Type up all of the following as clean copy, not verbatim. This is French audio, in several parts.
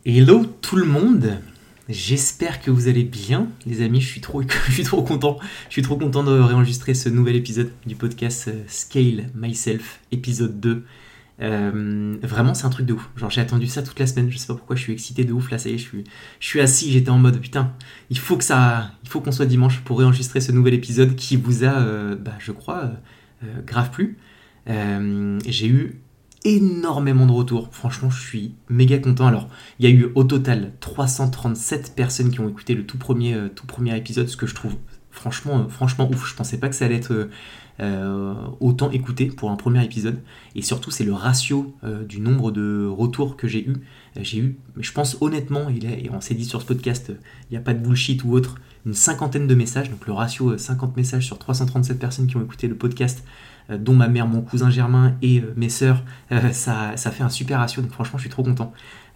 Hello tout le monde, j'espère que vous allez bien les amis, je suis trop content de réenregistrer ce nouvel épisode du podcast Scale Myself, épisode 2. Vraiment c'est un truc de ouf, genre j'ai attendu ça toute la semaine, je sais pas pourquoi je suis excité de ouf là, ça y est, je suis assis, j'étais en mode putain, il faut qu'on soit dimanche pour réenregistrer ce nouvel épisode qui vous a, je crois, grave plu. J'ai eu énormément de retours, franchement je suis méga content. Alors il y a eu au total 337 personnes qui ont écouté le tout premier épisode, ce que je trouve franchement ouf. Je pensais pas que ça allait être autant écouté pour un premier épisode, et surtout c'est le ratio du nombre de retours que j'ai eu. Je pense honnêtement, et on s'est dit sur ce podcast, il n'y a pas de bullshit ou autre, une cinquantaine de messages, donc le ratio 50 messages sur 337 personnes qui ont écouté le podcast, dont ma mère, mon cousin Germain et mes sœurs, ça fait un super ratio, donc franchement je suis trop content.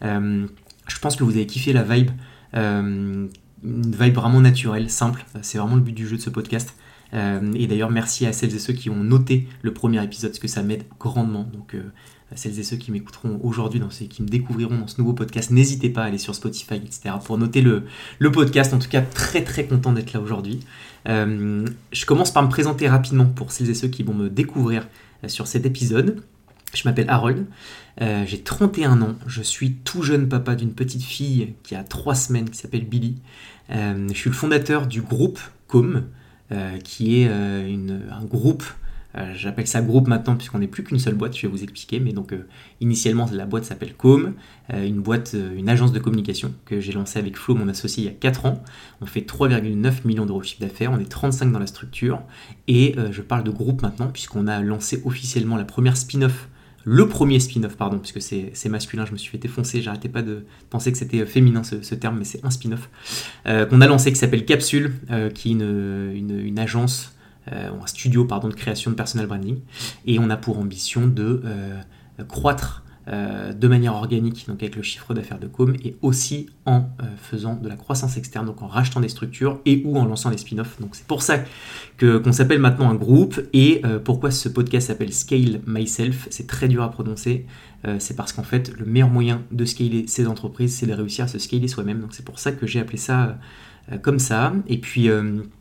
Je pense que vous avez kiffé la vibe, une vibe vraiment naturelle, simple, c'est vraiment le but du jeu de ce podcast. Et d'ailleurs merci à celles et ceux qui ont noté le premier épisode, parce que ça m'aide grandement, donc celles et ceux qui m'écouteront aujourd'hui, qui me découvriront dans ce nouveau podcast, n'hésitez pas à aller sur Spotify, etc. pour noter le podcast. En tout cas, très très content d'être là aujourd'hui. Je commence par me présenter rapidement pour celles et ceux qui vont me découvrir sur cet épisode. Je m'appelle Harold, j'ai 31 ans, je suis tout jeune papa d'une petite fille qui a 3 semaines, qui s'appelle Billy. Je suis le fondateur du groupe Com, qui est un groupe. J'appelle ça groupe maintenant puisqu'on n'est plus qu'une seule boîte, je vais vous expliquer, mais donc initialement la boîte s'appelle Com, une agence de communication que j'ai lancée avec Flo, mon associé, il y a 4 ans. On fait 3,9 millions d'euros de chiffre d'affaires, on est 35 dans la structure, et je parle de groupe maintenant puisqu'on a lancé officiellement le premier spin-off, puisque c'est masculin, je me suis fait défoncer, j'arrêtais pas de penser que c'était féminin ce terme, mais c'est un spin-off qu'on a lancé, qui s'appelle Capsule, qui est une agence, un studio de création de personal branding, et on a pour ambition de croître de manière organique, donc avec le chiffre d'affaires de Com, et aussi en faisant de la croissance externe, donc en rachetant des structures et ou en lançant des spin-offs. Donc c'est pour ça qu'on s'appelle maintenant un groupe. Et pourquoi ce podcast s'appelle Scale Myself, c'est très dur à prononcer, c'est parce qu'en fait le meilleur moyen de scaler ses entreprises, c'est de réussir à se scaler soi-même. Donc c'est pour ça que j'ai appelé ça comme ça. Et puis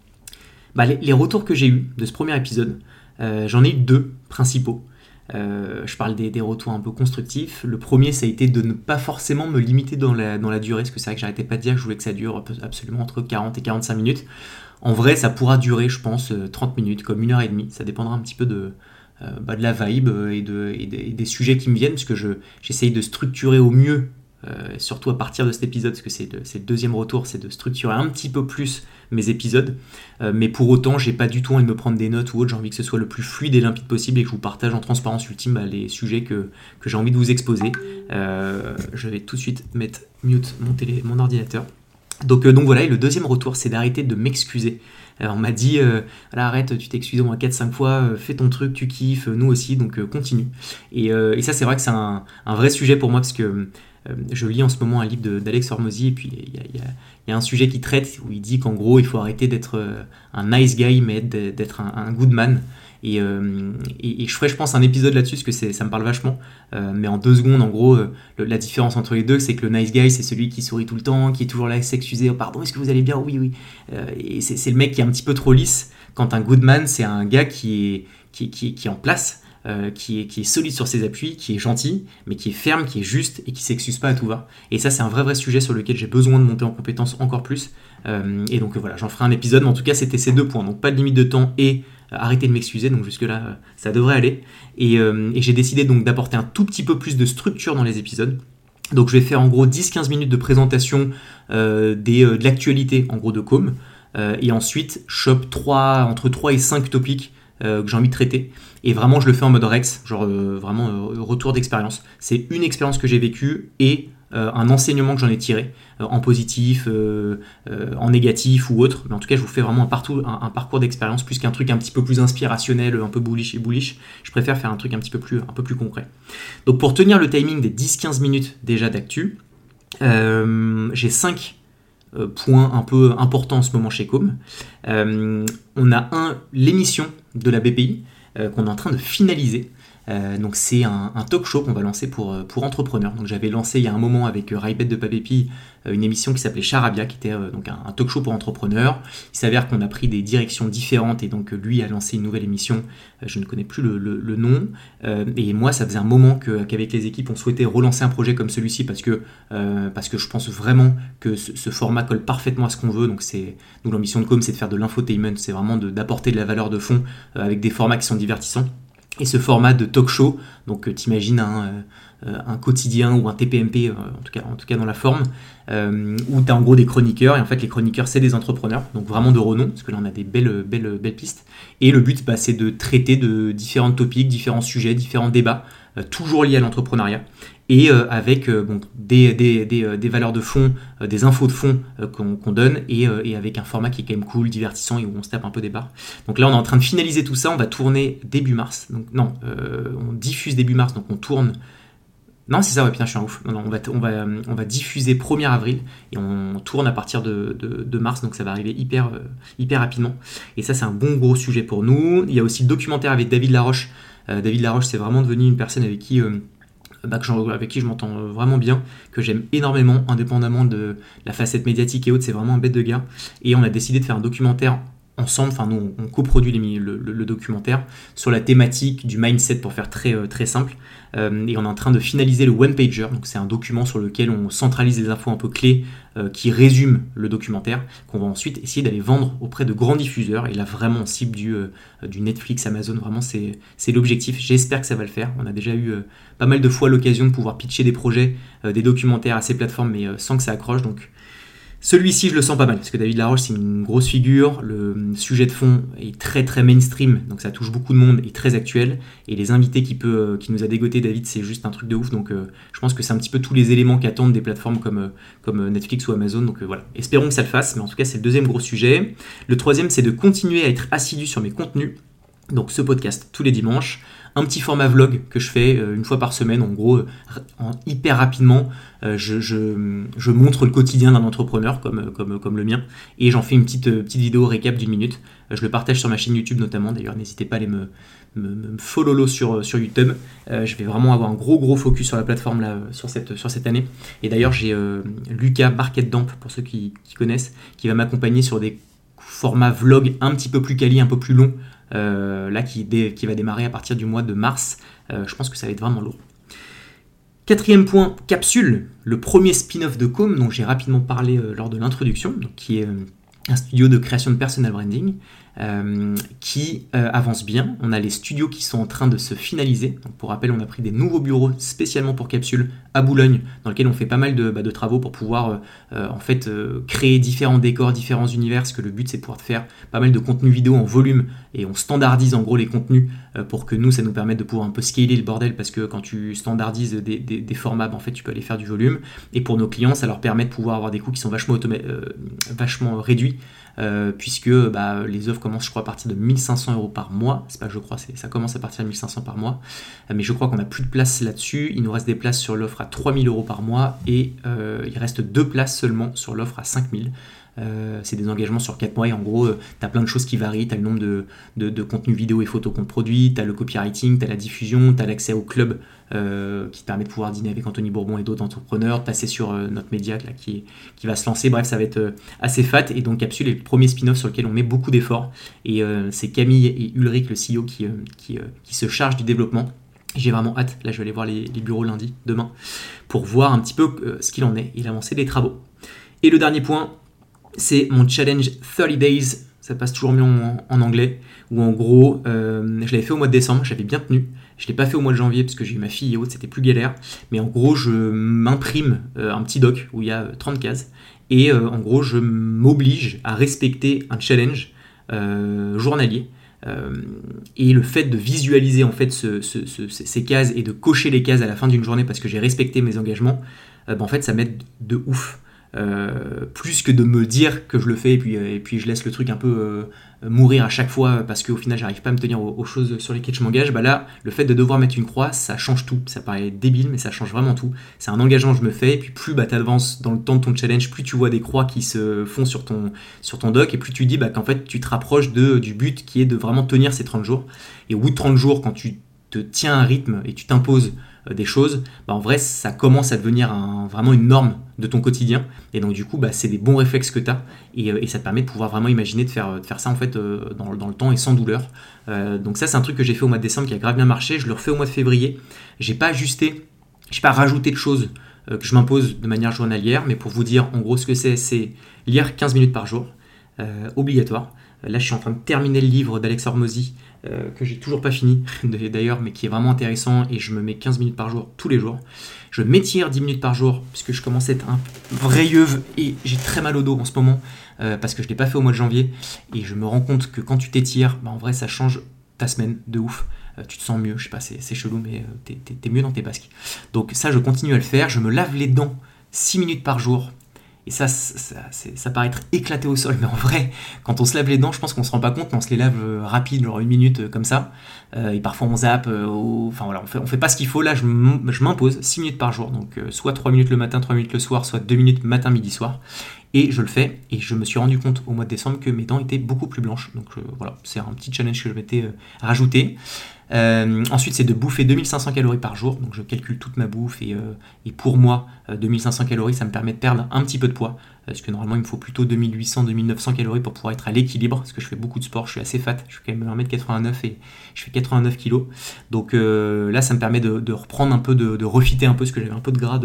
les retours que j'ai eus de ce premier épisode, j'en ai eu 2 principaux. Je parle des retours un peu constructifs. Le premier, ça a été de ne pas forcément me limiter dans la durée, parce que c'est vrai que j'arrêtais pas de dire que je voulais que ça dure absolument entre 40 et 45 minutes. En vrai, ça pourra durer, je pense, 30 minutes, comme 1h30. Ça dépendra un petit peu de la vibe et des sujets qui me viennent, parce que j'essaye de structurer au mieux, surtout à partir de cet épisode, parce que c'est le deuxième retour, c'est de structurer un petit peu plus mes épisodes, mais pour autant j'ai pas du tout envie de me prendre des notes ou autre, j'ai envie que ce soit le plus fluide et limpide possible et que je vous partage en transparence ultime les sujets que j'ai envie de vous exposer. Je vais tout de suite mettre mute mon ordinateur. Donc voilà, et le deuxième retour, c'est d'arrêter de m'excuser. On m'a dit, arrête, tu t'excuses au moins 4-5 fois, fais ton truc, tu kiffes, nous aussi, donc continue. Et ça, c'est vrai que c'est un vrai sujet pour moi, parce que je lis en ce moment un livre d'Alex Hormozy, et puis il y a un sujet qui traite, où il dit qu'en gros, il faut arrêter d'être un nice guy, mais d'être un good man. Et je ferai, je pense, un épisode là-dessus, parce que ça me parle vachement, mais en 2 secondes, en gros, la différence entre les deux, c'est que le nice guy, c'est celui qui sourit tout le temps, qui est toujours là à s'excuser, oh, pardon, est-ce que vous allez bien, oui, et c'est le mec qui est un petit peu trop lisse. Quand un good man, c'est un gars qui est en place, qui est solide sur ses appuis, qui est gentil, mais qui est ferme, qui est juste, et qui s'excuse pas à tout va. Et ça, c'est un vrai sujet sur lequel j'ai besoin de monter en compétence encore plus, et donc voilà, j'en ferai un épisode, mais en tout cas c'était ces 2 points, donc pas de limite de temps et arrêter de m'excuser, donc jusque là ça devrait aller, et j'ai décidé donc d'apporter un tout petit peu plus de structure dans les épisodes. Donc je vais faire en gros 10-15 minutes de présentation de l'actualité en gros de Com, et ensuite chope entre 3 et 5 topics que j'ai envie de traiter, et vraiment je le fais en mode Rex, genre vraiment retour d'expérience. C'est une expérience que j'ai vécue et un enseignement que j'en ai tiré, en positif, en négatif ou autre, mais en tout cas je vous fais vraiment un parcours d'expérience, plus qu'un truc un petit peu plus inspirationnel, un peu bullish. Je préfère faire un truc un peu plus concret. Donc pour tenir le timing des 10-15 minutes déjà d'actu, j'ai 5 points un peu importants en ce moment chez Com. On a l'émission de la BPI qu'on est en train de finaliser. Donc c'est un talk show qu'on va lancer pour entrepreneurs. Donc j'avais lancé il y a un moment avec Raibet de Papépi une émission qui s'appelait Charabia, qui était donc un talk show pour entrepreneurs. Il s'avère qu'on a pris des directions différentes et donc lui a lancé une nouvelle émission. Je ne connais plus le nom. Et moi, ça faisait un moment qu'avec les équipes, on souhaitait relancer un projet comme celui-ci parce que je pense vraiment que ce format colle parfaitement à ce qu'on veut. Donc l'ambition de Com, c'est de faire de l'infotainment, c'est vraiment d'apporter de la valeur de fond avec des formats qui sont divertissants. Et ce format de talk show, donc t'imagines un quotidien ou un TPMP, en tout cas dans la forme, où tu as en gros des chroniqueurs, et en fait les chroniqueurs c'est des entrepreneurs, donc vraiment de renom, parce que là on a des belles pistes, et le but c'est de traiter de différents topics, différents sujets, différents débats, toujours liés à l'entrepreneuriat, et avec des valeurs de fond, des infos de fond qu'on donne, et avec un format qui est quand même cool, divertissant, et où on se tape un peu des barres. Donc là on est en train de finaliser tout ça, on va tourner début mars, donc non, on diffuse début mars, donc on tourne. Non, c'est ça, ouais, putain, je suis un ouf. Non, on va diffuser 1er avril et on tourne à partir de mars, donc ça va arriver hyper rapidement. Et ça, c'est un bon gros sujet pour nous. Il y a aussi le documentaire avec David Laroche. David Laroche, c'est vraiment devenu une personne avec qui je m'entends vraiment bien, que j'aime énormément, indépendamment de la facette médiatique et autres. C'est vraiment un bête de gars. Et on a décidé de faire un documentaire ensemble, enfin nous on coproduit le documentaire sur la thématique du mindset pour faire très simple, et on est en train de finaliser le one-pager, donc c'est un document sur lequel on centralise les infos un peu clés qui résument le documentaire, qu'on va ensuite essayer d'aller vendre auprès de grands diffuseurs, et là vraiment on cible du Netflix, Amazon, vraiment c'est l'objectif. J'espère que ça va le faire. On a déjà eu pas mal de fois l'occasion de pouvoir pitcher des projets, des documentaires à ces plateformes, mais sans que ça accroche, donc celui-ci, je le sens pas mal, parce que David Laroche, c'est une grosse figure, le sujet de fond est très mainstream, donc ça touche beaucoup de monde et très actuel, et les invités qui nous a dégoté David, c'est juste un truc de ouf, donc je pense que c'est un petit peu tous les éléments qu'attendent des plateformes comme Netflix ou Amazon, donc voilà, espérons que ça le fasse, mais en tout cas c'est le deuxième gros sujet. Le troisième, c'est de continuer à être assidu sur mes contenus, donc ce podcast tous les dimanches, un petit format vlog que je fais une fois par semaine, en gros, hyper rapidement, je montre le quotidien d'un entrepreneur comme le mien, et j'en fais une petite vidéo récap d'1 minute. Je le partage sur ma chaîne YouTube notamment, d'ailleurs n'hésitez pas à aller me follow sur YouTube. Je vais vraiment avoir un gros focus sur la plateforme là, sur cette année, et d'ailleurs j'ai Lucas Market-Damp, pour ceux qui connaissent, qui va m'accompagner sur des formats vlog un petit peu plus quali, un peu plus long, là qui va démarrer à partir du mois de mars. Je pense que ça va être vraiment lourd. Quatrième point, capsule, le premier spin-off de Com dont j'ai rapidement parlé lors de l'introduction, donc qui est un studio de création de personal branding qui avance bien. On a les studios qui sont en train de se finaliser. Donc, pour rappel, on a pris des nouveaux bureaux spécialement pour Capsule à Boulogne, dans lesquels on fait pas mal de travaux pour pouvoir créer différents décors, différents univers, parce que le but c'est de pouvoir faire pas mal de contenu vidéo en volume, et on standardise en gros les contenus pour que nous ça nous permette de pouvoir un peu scaler le bordel, parce que quand tu standardises des formats, en fait tu peux aller faire du volume, et pour nos clients ça leur permet de pouvoir avoir des coûts qui sont vachement réduits, puisque les offres commencent je crois à partir de 1 500 € par mois, ça commence à partir de 1 500 par mois, mais je crois qu'on n'a plus de place là-dessus. Il nous reste des places sur l'offre à 3 000 € par mois, et il reste 2 places seulement sur l'offre à 5 000. C'est des engagements sur 4 mois, et en gros, tu as plein de choses qui varient. Tu as le nombre de contenus vidéo et photos qu'on produit, tu as le copywriting, tu as la diffusion, tu as l'accès au club qui te permet de pouvoir dîner avec Anthony Bourbon et d'autres entrepreneurs, de passer sur notre média là, qui va se lancer. Bref, ça va être assez fat, et donc Capsule est le premier spin-off sur lequel on met beaucoup d'efforts, et c'est Camille et Ulrich, le CEO, qui se chargent du développement. J'ai vraiment hâte, là je vais aller voir les bureaux demain, pour voir un petit peu ce qu'il en est et l'avancée des travaux. Et le dernier point, c'est mon challenge 30 days, ça passe toujours mieux en anglais, où en gros, je l'avais fait au mois de décembre, j'avais bien tenu. Je ne l'ai pas fait au mois de janvier parce que j'ai eu ma fille et autres, c'était plus galère. Mais en gros, je m'imprime un petit doc où il y a 30 cases. Et en gros, je m'oblige à respecter un challenge journalier. Et le fait de visualiser en fait ces cases et de cocher les cases à la fin d'une journée parce que j'ai respecté mes engagements, en fait, ça m'aide de ouf. Plus que de me dire que je le fais et puis je laisse le truc un peu mourir à chaque fois parce qu'au final j'arrive pas à me tenir aux choses sur lesquelles je m'engage. Là, le fait de devoir mettre une croix, ça change tout. Ça paraît débile, mais ça change vraiment tout. C'est un engagement que je me fais, et puis plus t'avances dans le temps de ton challenge, plus tu vois des croix qui se font sur ton doc, et plus tu dis qu'en fait tu te rapproches du but qui est de vraiment tenir ces 30 jours. Et au bout de 30 jours, quand tu te tiens un rythme et tu t'imposes des choses, en vrai ça commence à devenir vraiment une norme de ton quotidien, et donc du coup c'est des bons réflexes que tu as, et ça te permet de pouvoir vraiment imaginer de faire ça en fait dans le temps et sans douleur. Donc ça c'est un truc que j'ai fait au mois de décembre qui a grave bien marché. Je le refais au mois de février. J'ai pas rajouté de choses que je m'impose de manière journalière, mais pour vous dire en gros ce que c'est lire 15 minutes par jour, obligatoire. Là je suis en train de terminer le livre d'Alex Hormozy, que j'ai toujours pas fini d'ailleurs, mais qui est vraiment intéressant, et je me mets 15 minutes par jour tous les jours. Je m'étire 10 minutes par jour puisque je commence à être un vrai yeuve et j'ai très mal au dos en ce moment, parce que je l'ai pas fait au mois de janvier, et je me rends compte que quand tu t'étires, en vrai ça change ta semaine de ouf. Tu te sens mieux, je sais pas, c'est chelou, mais t'es mieux dans tes basques. Donc ça je continue à le faire. Je me lave les dents 6 minutes par jour. Et ça paraît être éclaté au sol, mais en vrai, quand on se lave les dents, je pense qu'on se rend pas compte, mais on se les lave rapide, genre 1 minute comme ça. Et parfois on zappe, enfin voilà, on fait pas ce qu'il faut. Là, je m'impose 6 minutes par jour, donc soit 3 minutes le matin, 3 minutes le soir, soit 2 minutes matin, midi, soir. Et je le fais, et je me suis rendu compte au mois de décembre que mes dents étaient beaucoup plus blanches. Donc voilà, c'est un petit challenge que je m'étais rajouté. Ensuite, c'est de bouffer 2500 calories par jour. Donc je calcule toute ma bouffe, et pour moi, 2500 calories, ça me permet de perdre un petit peu de poids. Parce que normalement, il me faut plutôt 2800-2900 calories pour pouvoir être à l'équilibre. Parce que je fais beaucoup de sport, je suis assez fat. Je suis quand même 1m89 et je fais 89 kg. Donc là, ça me permet de reprendre un peu, de refiter un peu, parce que j'avais un peu de gras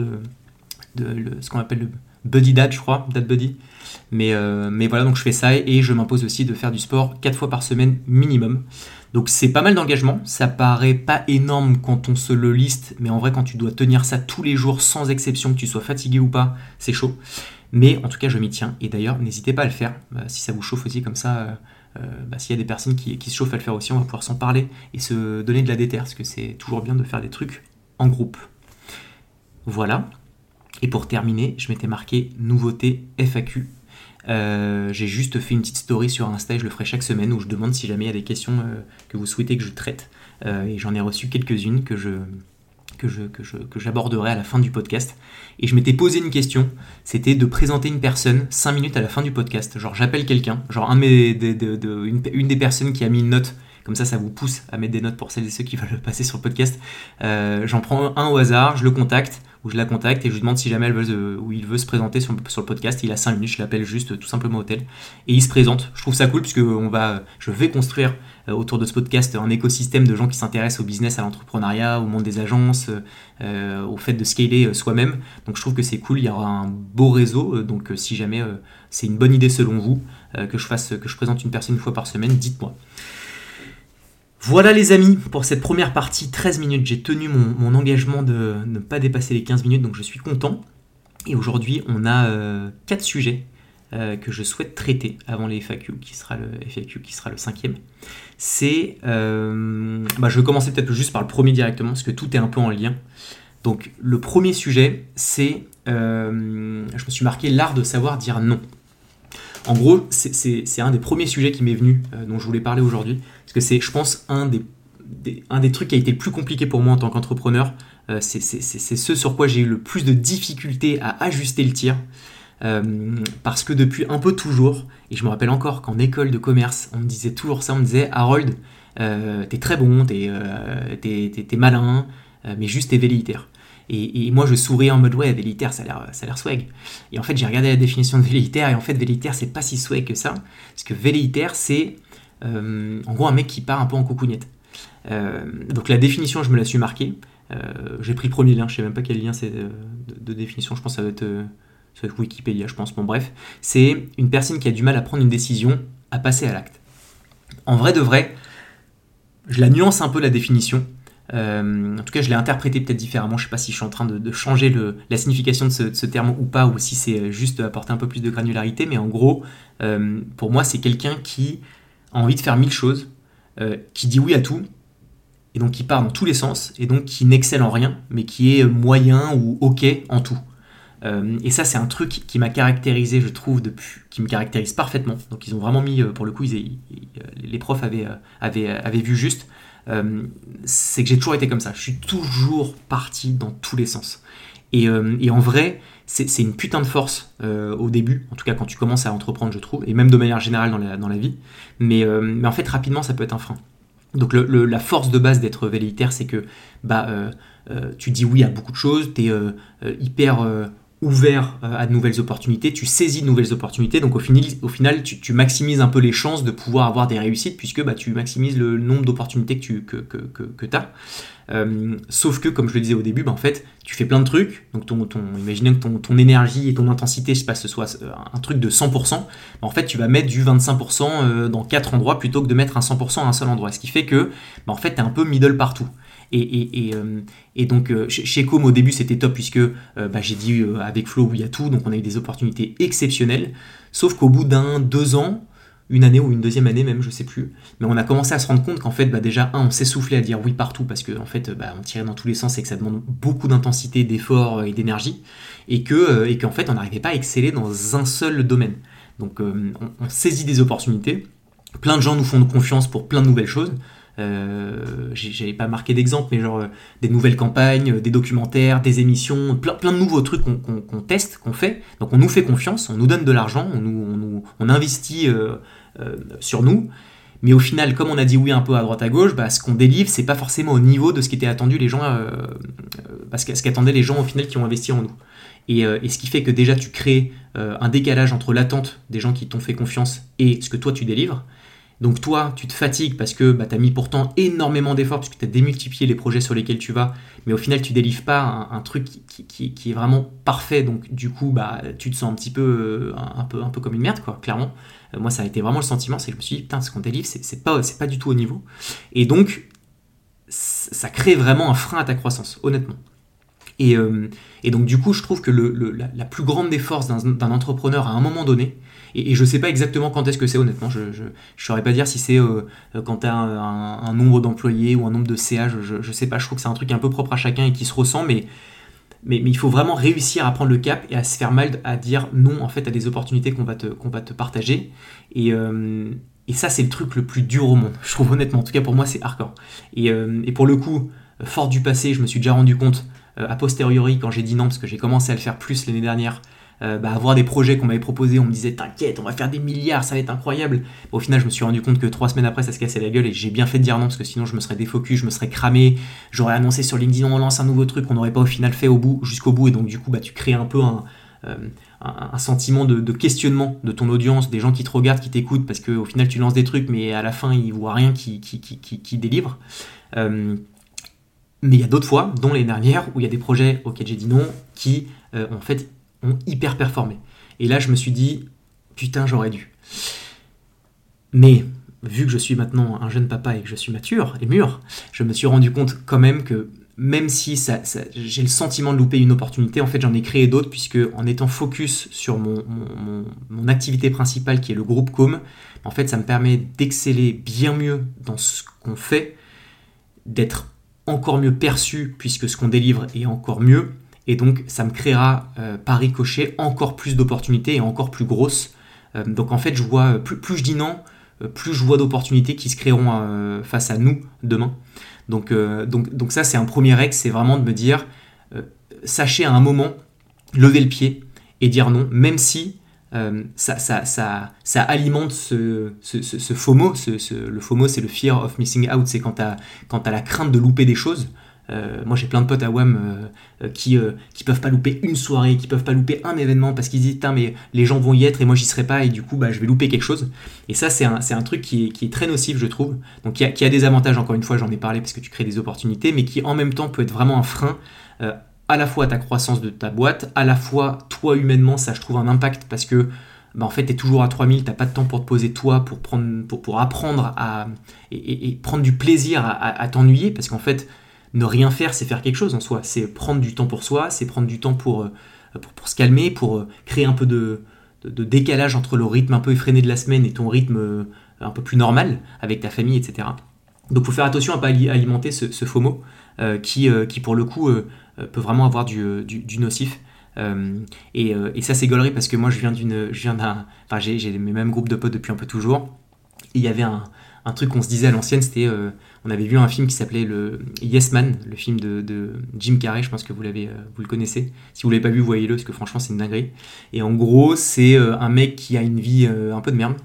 ce qu'on appelle le Buddy Dad, je crois, Dad Buddy. Mais voilà, donc je fais ça, et je m'impose aussi de faire du sport 4 fois par semaine minimum. Donc c'est pas mal d'engagement, ça paraît pas énorme quand on se le liste, mais en vrai quand tu dois tenir ça tous les jours sans exception, que tu sois fatigué ou pas, c'est chaud. Mais en tout cas je m'y tiens, et d'ailleurs n'hésitez pas à le faire, si ça vous chauffe aussi comme ça. S'il y a des personnes qui se chauffent à le faire aussi, on va pouvoir s'en parler et se donner de la déterre, parce que c'est toujours bien de faire des trucs en groupe. Voilà. Et pour terminer, je m'étais marqué nouveauté FAQ. J'ai juste fait une petite story sur Insta, et je le ferai chaque semaine, où je demande si jamais il y a des questions que vous souhaitez que je traite. Et j'en ai reçu quelques-unes que j'aborderai à la fin du podcast. Et je m'étais posé une question, c'était de présenter une personne 5 minutes à la fin du podcast. Genre j'appelle quelqu'un, genre une des personnes qui a mis une note. Comme ça vous pousse à mettre des notes pour celles et ceux qui veulent passer sur le podcast. J'en prends un au hasard, je le contacte, ou je la contacte, et je lui demande si jamais il veut se présenter sur le podcast. Il a 5 minutes, je l'appelle juste tout simplement au tel, et il se présente. Je trouve ça cool, puisque je vais construire autour de ce podcast un écosystème de gens qui s'intéressent au business, à l'entrepreneuriat, au monde des agences, au fait de scaler soi-même. Donc je trouve que c'est cool, il y aura un beau réseau. Donc si jamais c'est une bonne idée selon vous, que je présente une personne 1 fois par semaine, dites-moi. Voilà les amis, pour cette première partie, 13 minutes, j'ai tenu mon engagement de ne pas dépasser les 15 minutes, donc je suis content. Et aujourd'hui, on a 4 sujets que je souhaite traiter avant les FAQ, qui sera le 5e. Je vais commencer peut-être juste par le premier directement, parce que tout est un peu en lien. Donc le premier sujet, c'est, je me suis marqué l'art de savoir dire non. En gros, c'est un des premiers sujets qui m'est venu, dont je voulais parler aujourd'hui, parce que c'est, je pense, un des trucs qui a été le plus compliqué pour moi en tant qu'entrepreneur. C'est ce sur quoi j'ai eu le plus de difficultés à ajuster le tir, parce que depuis un peu toujours, et je me rappelle encore qu'en école de commerce, on me disait toujours ça, on me disait « Harold, t'es très bon, t'es malin, mais juste t'es velléitaire ». Et moi je souris en mode ouais, velléitaire ça a l'air swag. Et en fait j'ai regardé la définition de velléitaire, et en fait velléitaire c'est pas si swag que ça, parce que velléitaire c'est en gros un mec qui part un peu en coucougnette. Donc la définition je me la suis marquée, j'ai pris le premier lien, je sais même pas quel lien c'est de définition, je pense que ça va être Wikipédia, je pense. Bon bref, c'est une personne qui a du mal à prendre une décision, à passer à l'acte. En vrai de vrai, je la nuance un peu la définition. En tout cas, je l'ai interprété peut-être différemment. Je ne sais pas si je suis en train de changer la signification de ce terme ou pas, ou si c'est juste apporter un peu plus de granularité. Mais en gros, pour moi, c'est quelqu'un qui a envie de faire 1000 choses, qui dit oui à tout, et donc qui part dans tous les sens, et donc qui n'excelle en rien, mais qui est moyen ou ok en tout. Et ça, c'est un truc qui m'a caractérisé, je trouve, qui me caractérise parfaitement. Donc ils ont vraiment mis, pour le coup, les profs avaient vu juste. C'est que j'ai toujours été comme ça, je suis toujours parti dans tous les sens, et en vrai c'est une putain de force au début, en tout cas quand tu commences à entreprendre, je trouve, et même de manière générale dans la vie, mais en fait rapidement ça peut être un frein. Donc la force de base d'être velléitaire, c'est que tu dis oui à beaucoup de choses, tu es hyper ouvert à de nouvelles opportunités, tu saisis de nouvelles opportunités, donc au final tu maximises un peu les chances de pouvoir avoir des réussites, puisque tu maximises le nombre d'opportunités que tu as. Sauf que, comme je le disais au début, en fait, tu fais plein de trucs, donc imaginez que ton énergie et ton intensité, je sais pas, ce soit un truc de 100%, en fait, tu vas mettre du 25% dans 4 endroits plutôt que de mettre un 100% à un seul endroit, ce qui fait que, en fait, tu es un peu middle partout. Et donc, chez Com, au début, c'était top, puisque j'ai dit avec Flo, oui à tout, donc on a eu des opportunités exceptionnelles, sauf qu'au bout d'2 ans, une année ou une deuxième année même, je sais plus. Mais on a commencé à se rendre compte qu'en fait, déjà, on s'essoufflait à dire oui partout parce qu'en fait, on tirait dans tous les sens et que ça demande beaucoup d'intensité, d'effort et d'énergie. Et qu'en fait, on n'arrivait pas à exceller dans un seul domaine. Donc, on saisit des opportunités. Plein de gens nous font confiance pour plein de nouvelles choses. J'avais pas marqué d'exemple, mais genre des nouvelles campagnes, des documentaires, des émissions, plein de nouveaux trucs qu'on teste, qu'on fait. Donc on nous fait confiance, on nous donne de l'argent, on investit sur nous. Mais au final, comme on a dit oui un peu à droite à gauche, ce qu'on délivre, c'est pas forcément au niveau de ce qui était attendu les gens, ce qu'attendaient les gens au final qui ont investi en nous. Et ce qui fait que déjà tu crées un décalage entre l'attente des gens qui t'ont fait confiance et ce que toi tu délivres. Donc toi, tu te fatigues parce que tu as mis pourtant énormément d'efforts, parce que tu as démultiplié les projets sur lesquels tu vas, mais au final, tu délivres pas un truc qui est vraiment parfait. Donc du coup, tu te sens un petit peu, un peu comme une merde, quoi, clairement. Moi, ça a été vraiment le sentiment, c'est que je me suis dit, putain, ce qu'on délivre, c'est pas du tout au niveau. Et donc, ça crée vraiment un frein à ta croissance, honnêtement. Et donc du coup, je trouve que la plus grande des forces d'un entrepreneur à un moment donné, et je sais pas exactement quand est-ce que c'est, honnêtement, je saurais pas dire si c'est quand tu as un nombre d'employés ou un nombre de CA, je sais pas, je trouve que c'est un truc un peu propre à chacun et qui se ressent, mais il faut vraiment réussir à prendre le cap et à se faire mal, à dire non en fait à des opportunités qu'on va te partager. Et ça, c'est le truc le plus dur au monde, je trouve, honnêtement. En tout cas, pour moi, c'est hardcore. Et pour le coup, fort du passé, je me suis déjà rendu compte a posteriori, quand j'ai dit non, parce que j'ai commencé à le faire plus l'année dernière, avoir des projets qu'on m'avait proposés, on me disait t'inquiète, on va faire des milliards, ça va être incroyable. Au final, je me suis rendu compte que 3 semaines après, ça se cassait la gueule et j'ai bien fait de dire non, parce que sinon je me serais défocus, je me serais cramé, j'aurais annoncé sur LinkedIn on lance un nouveau truc qu'on n'aurait pas au final fait jusqu'au bout, et donc du coup tu crées un peu un sentiment de questionnement de ton audience, des gens qui te regardent, qui t'écoutent, parce qu'au final tu lances des trucs, mais à la fin ils voient rien qui délivre. Mais il y a d'autres fois, dont l'année dernière, où il y a des projets auxquels j'ai dit non, qui en fait ont hyper performé. Et là, je me suis dit, putain, j'aurais dû. Mais vu que je suis maintenant un jeune papa et que je suis mature et mûr, je me suis rendu compte quand même que même si j'ai le sentiment de louper une opportunité, en fait, j'en ai créé d'autres, puisque en étant focus sur mon activité principale, qui est le groupe Com, en fait, ça me permet d'exceller bien mieux dans ce qu'on fait, d'être encore mieux perçu puisque ce qu'on délivre est encore mieux, et donc ça me créera par ricochet encore plus d'opportunités et encore plus grosses. Donc en fait, je vois plus je dis non, plus je vois d'opportunités qui se créeront face à nous demain. Donc ça, c'est un premier règle, c'est vraiment de me dire sachez à un moment lever le pied et dire non, même si ça alimente ce FOMO. Le FOMO, c'est le fear of missing out, c'est quand t'as la crainte de louper des choses. Moi, j'ai plein de potes à WAM qui peuvent pas louper une soirée, qui peuvent pas louper un événement parce qu'ils disent putain, mais les gens vont y être et moi j'y serai pas, et du coup je vais louper quelque chose. Et ça, c'est un truc qui est très nocif, je trouve. Donc qui a des avantages, encore une fois, j'en ai parlé, parce que tu crées des opportunités, mais qui en même temps peut être vraiment un frein à la fois à ta croissance de ta boîte, à la fois toi humainement, ça je trouve un impact, parce que en fait t'es toujours à 3000, t'as pas de temps pour te poser toi, pour apprendre et prendre du plaisir à t'ennuyer, parce qu'en fait ne rien faire, c'est faire quelque chose en soi, c'est prendre du temps pour soi, c'est prendre du temps pour se calmer, pour créer un peu de décalage entre le rythme un peu effréné de la semaine et ton rythme un peu plus normal avec ta famille, etc. Donc il faut faire attention à ne pas alimenter ce FOMO qui pour le coup peut vraiment avoir du nocif. Et ça, c'est gaulerie, parce que moi j'ai mes mêmes groupes de potes depuis un peu toujours. Et il y avait un truc qu'on se disait à l'ancienne, c'était on avait vu un film qui s'appelait le Yes Man, le film de Jim Carrey, je pense que vous le connaissez. Si vous l'avez pas vu, voyez-le, parce que franchement c'est une dinguerie. Et en gros, c'est un mec qui a une vie un peu de merde,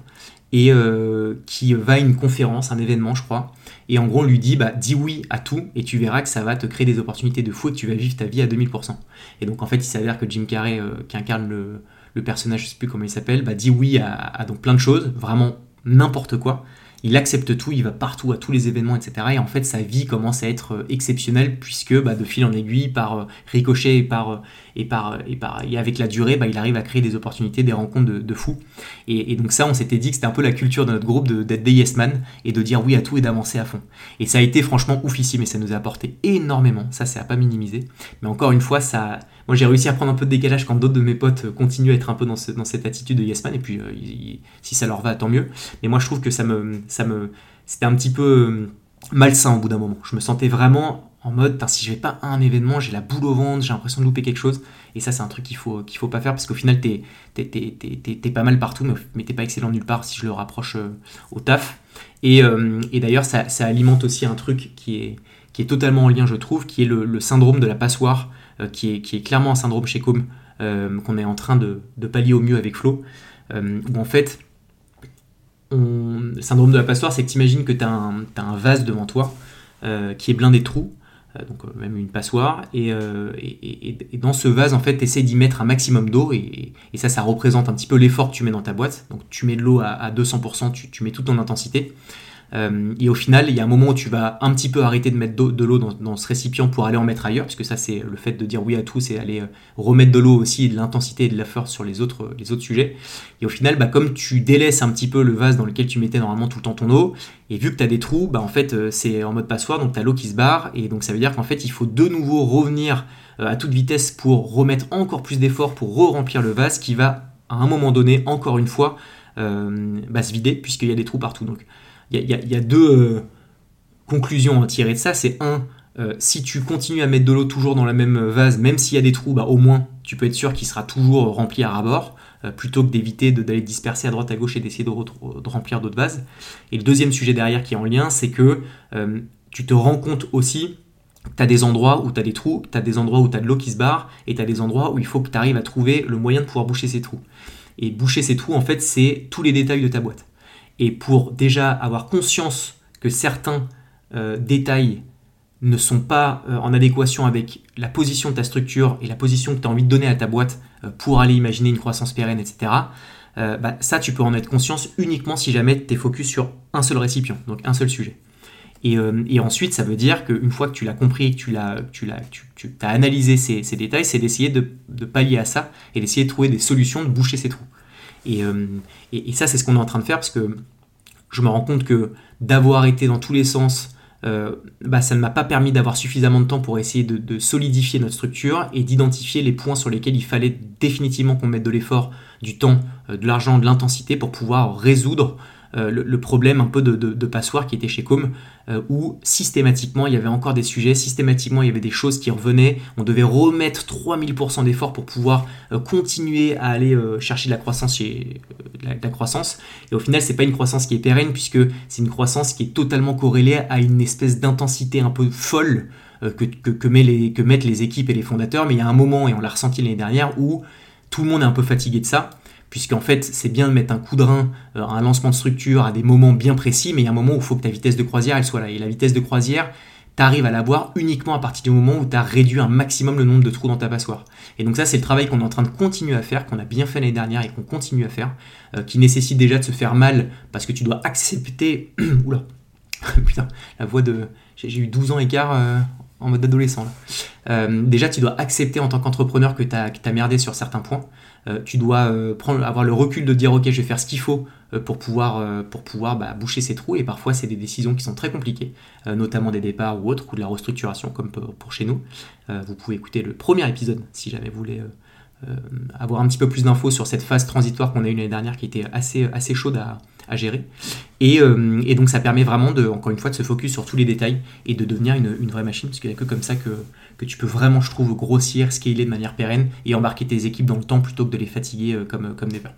et qui va à une conférence, un événement je crois, et en gros on lui dit dis oui à tout et tu verras que ça va te créer des opportunités de fou et que tu vas vivre ta vie à 2000%. Et donc en fait il s'avère que Jim Carrey qui incarne le personnage, je sais plus comment il s'appelle, dit oui à donc plein de choses, vraiment n'importe quoi. Il accepte tout, il va partout à tous les événements, etc. Et en fait, sa vie commence à être exceptionnelle puisque de fil en aiguille, par ricochet et avec la durée, il arrive à créer des opportunités, des rencontres de fous. Et donc ça, on s'était dit que c'était un peu la culture de notre groupe d'être des yes man et de dire oui à tout et d'avancer à fond. Et ça a été franchement oufissime et ça nous a apporté énormément. Ça, c'est à pas minimiser. Mais encore une fois, moi j'ai réussi à prendre un peu de décalage quand d'autres de mes potes continuent à être un peu dans cette attitude de yes man. Et puis si ça leur va, tant mieux. Mais moi, je trouve que c'était un petit peu malsain au bout d'un moment. Je me sentais vraiment en mode, si je vais pas à un événement, j'ai la boule au ventre, j'ai l'impression de louper quelque chose. Et ça, c'est un truc qu'il faut pas faire parce qu'au final, t'es pas mal partout, mais t'es pas excellent nulle part si je le rapproche au taf. Et d'ailleurs, ça alimente aussi un truc qui est totalement en lien, je trouve, qui est le syndrome de la passoire, qui est clairement un syndrome chez Com, qu'on est en train de pallier au mieux avec Flo, où en fait, le syndrome de la passoire, c'est que tu imagines que tu as un vase devant toi qui est blindé de trous, donc même une passoire, et dans ce vase, en fait, tu essaies d'y mettre un maximum d'eau, et ça représente un petit peu l'effort que tu mets dans ta boîte. Donc tu mets de l'eau à 200%, tu mets toute ton intensité. Et au final, il y a un moment où tu vas un petit peu arrêter de mettre de l'eau dans ce récipient pour aller en mettre ailleurs, parce que ça, c'est le fait de dire oui à tout, c'est aller remettre de l'eau aussi, et de l'intensité et de l'effort sur les autres sujets. Et au final, comme tu délaisses un petit peu le vase dans lequel tu mettais normalement tout le temps ton eau, et vu que tu as des trous, en fait, c'est en mode passoire, donc tu as l'eau qui se barre, et donc ça veut dire qu'en fait, il faut de nouveau revenir à toute vitesse pour remettre encore plus d'efforts pour re-remplir le vase qui va, à un moment donné, encore une fois, se vider, puisqu'il y a des trous partout. Donc, il y a deux conclusions à tirer de ça. C'est si tu continues à mettre de l'eau toujours dans la même vase, même s'il y a des trous, au moins tu peux être sûr qu'il sera toujours rempli à ras-bord, plutôt que d'éviter d'aller disperser à droite à gauche et d'essayer de remplir d'autres vases. Et le deuxième sujet derrière qui est en lien, c'est que tu te rends compte aussi que tu as des endroits où tu as des trous, tu as des endroits où tu as de l'eau qui se barre, et tu as des endroits où il faut que tu arrives à trouver le moyen de pouvoir boucher ces trous. Et boucher ces trous, en fait, c'est tous les détails de ta boîte. Et pour déjà avoir conscience que certains détails ne sont pas en adéquation avec la position de ta structure et la position que tu as envie de donner à ta boîte pour aller imaginer une croissance pérenne, etc., ça, tu peux en être conscience uniquement si jamais tu es focus sur un seul récipient, donc un seul sujet. Et ensuite, ça veut dire qu'une fois que tu l'as compris, que tu as analysé ces détails, c'est d'essayer de pallier à ça et d'essayer de trouver des solutions, de boucher ces trous. Et ça, c'est ce qu'on est en train de faire parce que je me rends compte que d'avoir été dans tous les sens, ça ne m'a pas permis d'avoir suffisamment de temps pour essayer de solidifier notre structure et d'identifier les points sur lesquels il fallait définitivement qu'on mette de l'effort, du temps, de l'argent, de l'intensité pour pouvoir résoudre le problème un peu de passoire qui était chez Com, où systématiquement il y avait encore des sujets, systématiquement il y avait des choses qui revenaient, on devait remettre 3000% d'efforts pour pouvoir continuer à aller chercher de la croissance la croissance, et au final c'est pas une croissance qui est pérenne puisque c'est une croissance qui est totalement corrélée à une espèce d'intensité un peu folle que mettent les équipes et les fondateurs, mais il y a un moment, et on l'a ressenti l'année dernière, où tout le monde est un peu fatigué de ça, puisqu'en fait, c'est bien de mettre un coup de rein, un lancement de structure à des moments bien précis, mais il y a un moment où il faut que ta vitesse de croisière elle soit là. Et la vitesse de croisière, tu arrives à l'avoir uniquement à partir du moment où tu as réduit un maximum le nombre de trous dans ta passoire. Et donc ça, c'est le travail qu'on est en train de continuer à faire, qu'on a bien fait l'année dernière et qu'on continue à faire, qui nécessite déjà de se faire mal, parce que tu dois accepter... Oula, putain, la voix de... J'ai eu 12 ans écart... en mode adolescent. Déjà, tu dois accepter en tant qu'entrepreneur que tu as merdé sur certains points. Tu dois avoir le recul de dire ok, je vais faire ce qu'il faut pour pouvoir boucher ces trous, et parfois c'est des décisions qui sont très compliquées, notamment des départs ou autres, ou de la restructuration comme pour chez nous. Vous pouvez écouter le premier épisode si jamais vous voulez avoir un petit peu plus d'infos sur cette phase transitoire qu'on a eue l'année dernière qui était assez chaude à gérer. Et donc ça permet vraiment encore une fois de se focus sur tous les détails et de devenir une vraie machine, parce qu'il n'y a que comme ça que tu peux vraiment, je trouve, grossir, scaler de manière pérenne et embarquer tes équipes dans le temps plutôt que de les fatiguer comme des peurs.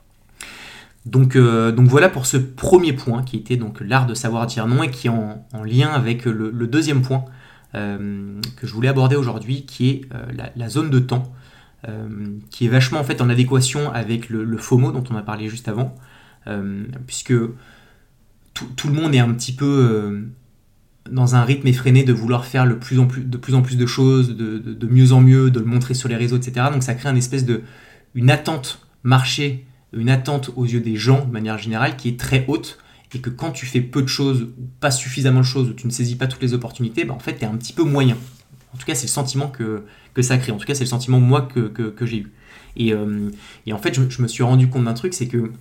Donc voilà pour ce premier point qui était donc l'art de savoir dire non, et qui est en lien avec le deuxième point que je voulais aborder aujourd'hui, qui est la zone de temps, qui est vachement en fait en adéquation avec le FOMO dont on a parlé juste avant. puisque tout le monde est un petit peu dans un rythme effréné de vouloir faire de plus en plus de choses, de mieux en mieux, de le montrer sur les réseaux, etc. Donc ça crée une attente marché, une attente aux yeux des gens de manière générale qui est très haute, et que quand tu fais peu de choses, ou pas suffisamment de choses, ou tu ne saisis pas toutes les opportunités, en fait tu es un petit peu moyen. En tout cas c'est le sentiment que ça crée, en tout cas c'est le sentiment moi que j'ai eu. Et en fait je me suis rendu compte d'un truc, c'est que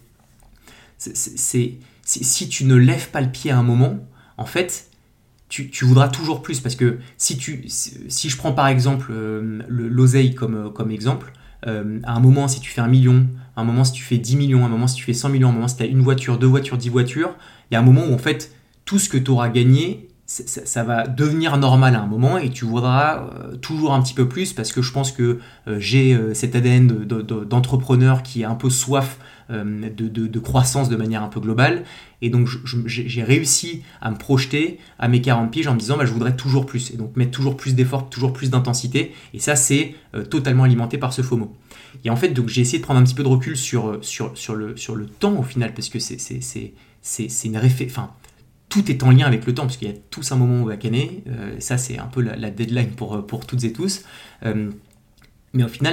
si tu ne lèves pas le pied à un moment, en fait tu voudras toujours plus, parce que si je prends par exemple l'oseille comme exemple, à un moment si tu fais 1 million, à un moment si tu fais 10 millions, à un moment si tu fais 100 millions, à un moment si tu as une voiture, 2 voitures, 10 voitures, il y a un moment où en fait tout ce que tu auras gagné, ça va devenir normal à un moment, et tu voudras toujours un petit peu plus, parce que je pense que j'ai cet ADN d'entrepreneur qui est un peu soif de croissance de manière un peu globale, et donc j'ai réussi à me projeter à mes 40 piges en me disant je voudrais toujours plus, et donc mettre toujours plus d'efforts, toujours plus d'intensité, et ça c'est totalement alimenté par ce FOMO. Et en fait donc j'ai essayé de prendre un petit peu de recul sur le temps au final, parce que c'est une enfin tout est en lien avec le temps, parce qu'il y a tous un moment où on va canner, ça c'est un peu la deadline pour toutes et tous, mais au final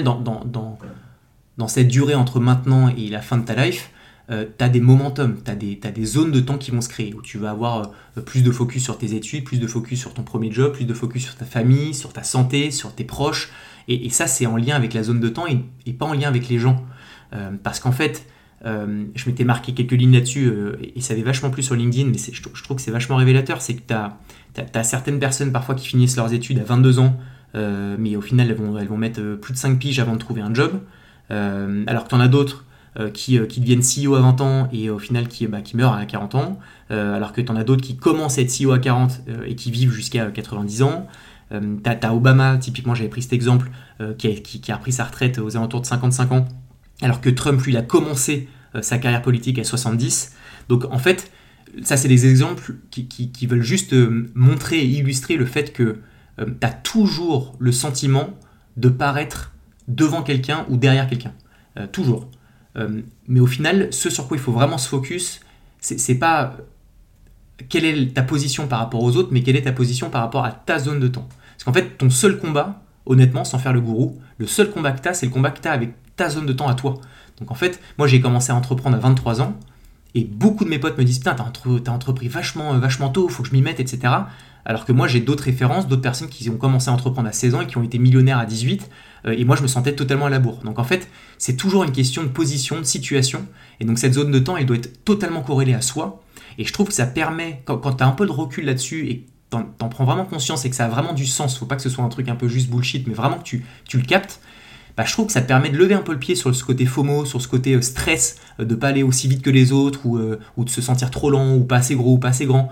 dans cette durée entre maintenant et la fin de ta life, tu as des momentum, tu as des zones de temps qui vont se créer, où tu vas avoir plus de focus sur tes études, plus de focus sur ton premier job, plus de focus sur ta famille, sur ta santé, sur tes proches, et ça c'est en lien avec la zone de temps, et pas en lien avec les gens. Parce qu'en fait, je m'étais marqué quelques lignes là-dessus, et ça avait vachement plu sur LinkedIn, mais je trouve que c'est vachement révélateur, c'est que tu as certaines personnes parfois qui finissent leurs études à 22 ans, mais au final elles vont mettre plus de 5 piges avant de trouver un job, alors que tu en as d'autres qui deviennent CEO à 20 ans et au final qui meurent à 40 ans, alors que tu en as d'autres qui commencent à être CEO à 40 et qui vivent jusqu'à 90 ans. T'as Obama, typiquement j'avais pris cet exemple, qui a repris sa retraite aux alentours de 55 ans, alors que Trump lui il a commencé sa carrière politique à 70. Donc en fait ça c'est des exemples qui veulent juste montrer et illustrer le fait que t'as toujours le sentiment de paraître devant quelqu'un ou derrière quelqu'un, toujours. Mais au final, ce sur quoi il faut vraiment se focus, c'est pas quelle est ta position par rapport aux autres, mais quelle est ta position par rapport à ta zone de temps. Parce qu'en fait, ton seul combat, honnêtement, sans faire le gourou, le seul combat que tu as, c'est le combat que tu as avec ta zone de temps à toi. Donc en fait, moi j'ai commencé à entreprendre à 23 ans, et beaucoup de mes potes me disent putain, t'as entrepris vachement tôt, faut que je m'y mette, etc. Alors que moi j'ai d'autres références, d'autres personnes qui ont commencé à entreprendre à 16 ans et qui ont été millionnaires à 18, et moi je me sentais totalement à la bourre. Donc en fait, c'est toujours une question de position, de situation, et donc cette zone de temps, elle doit être totalement corrélée à soi, et je trouve que ça permet, quand tu as un peu de recul là-dessus, et t'en prends vraiment conscience, et que ça a vraiment du sens, faut pas que ce soit un truc un peu juste bullshit, mais vraiment que tu le captes, je trouve que ça te permet de lever un peu le pied sur ce côté FOMO, sur ce côté stress, de pas aller aussi vite que les autres, ou de se sentir trop lent, ou pas assez gros, ou pas assez grand.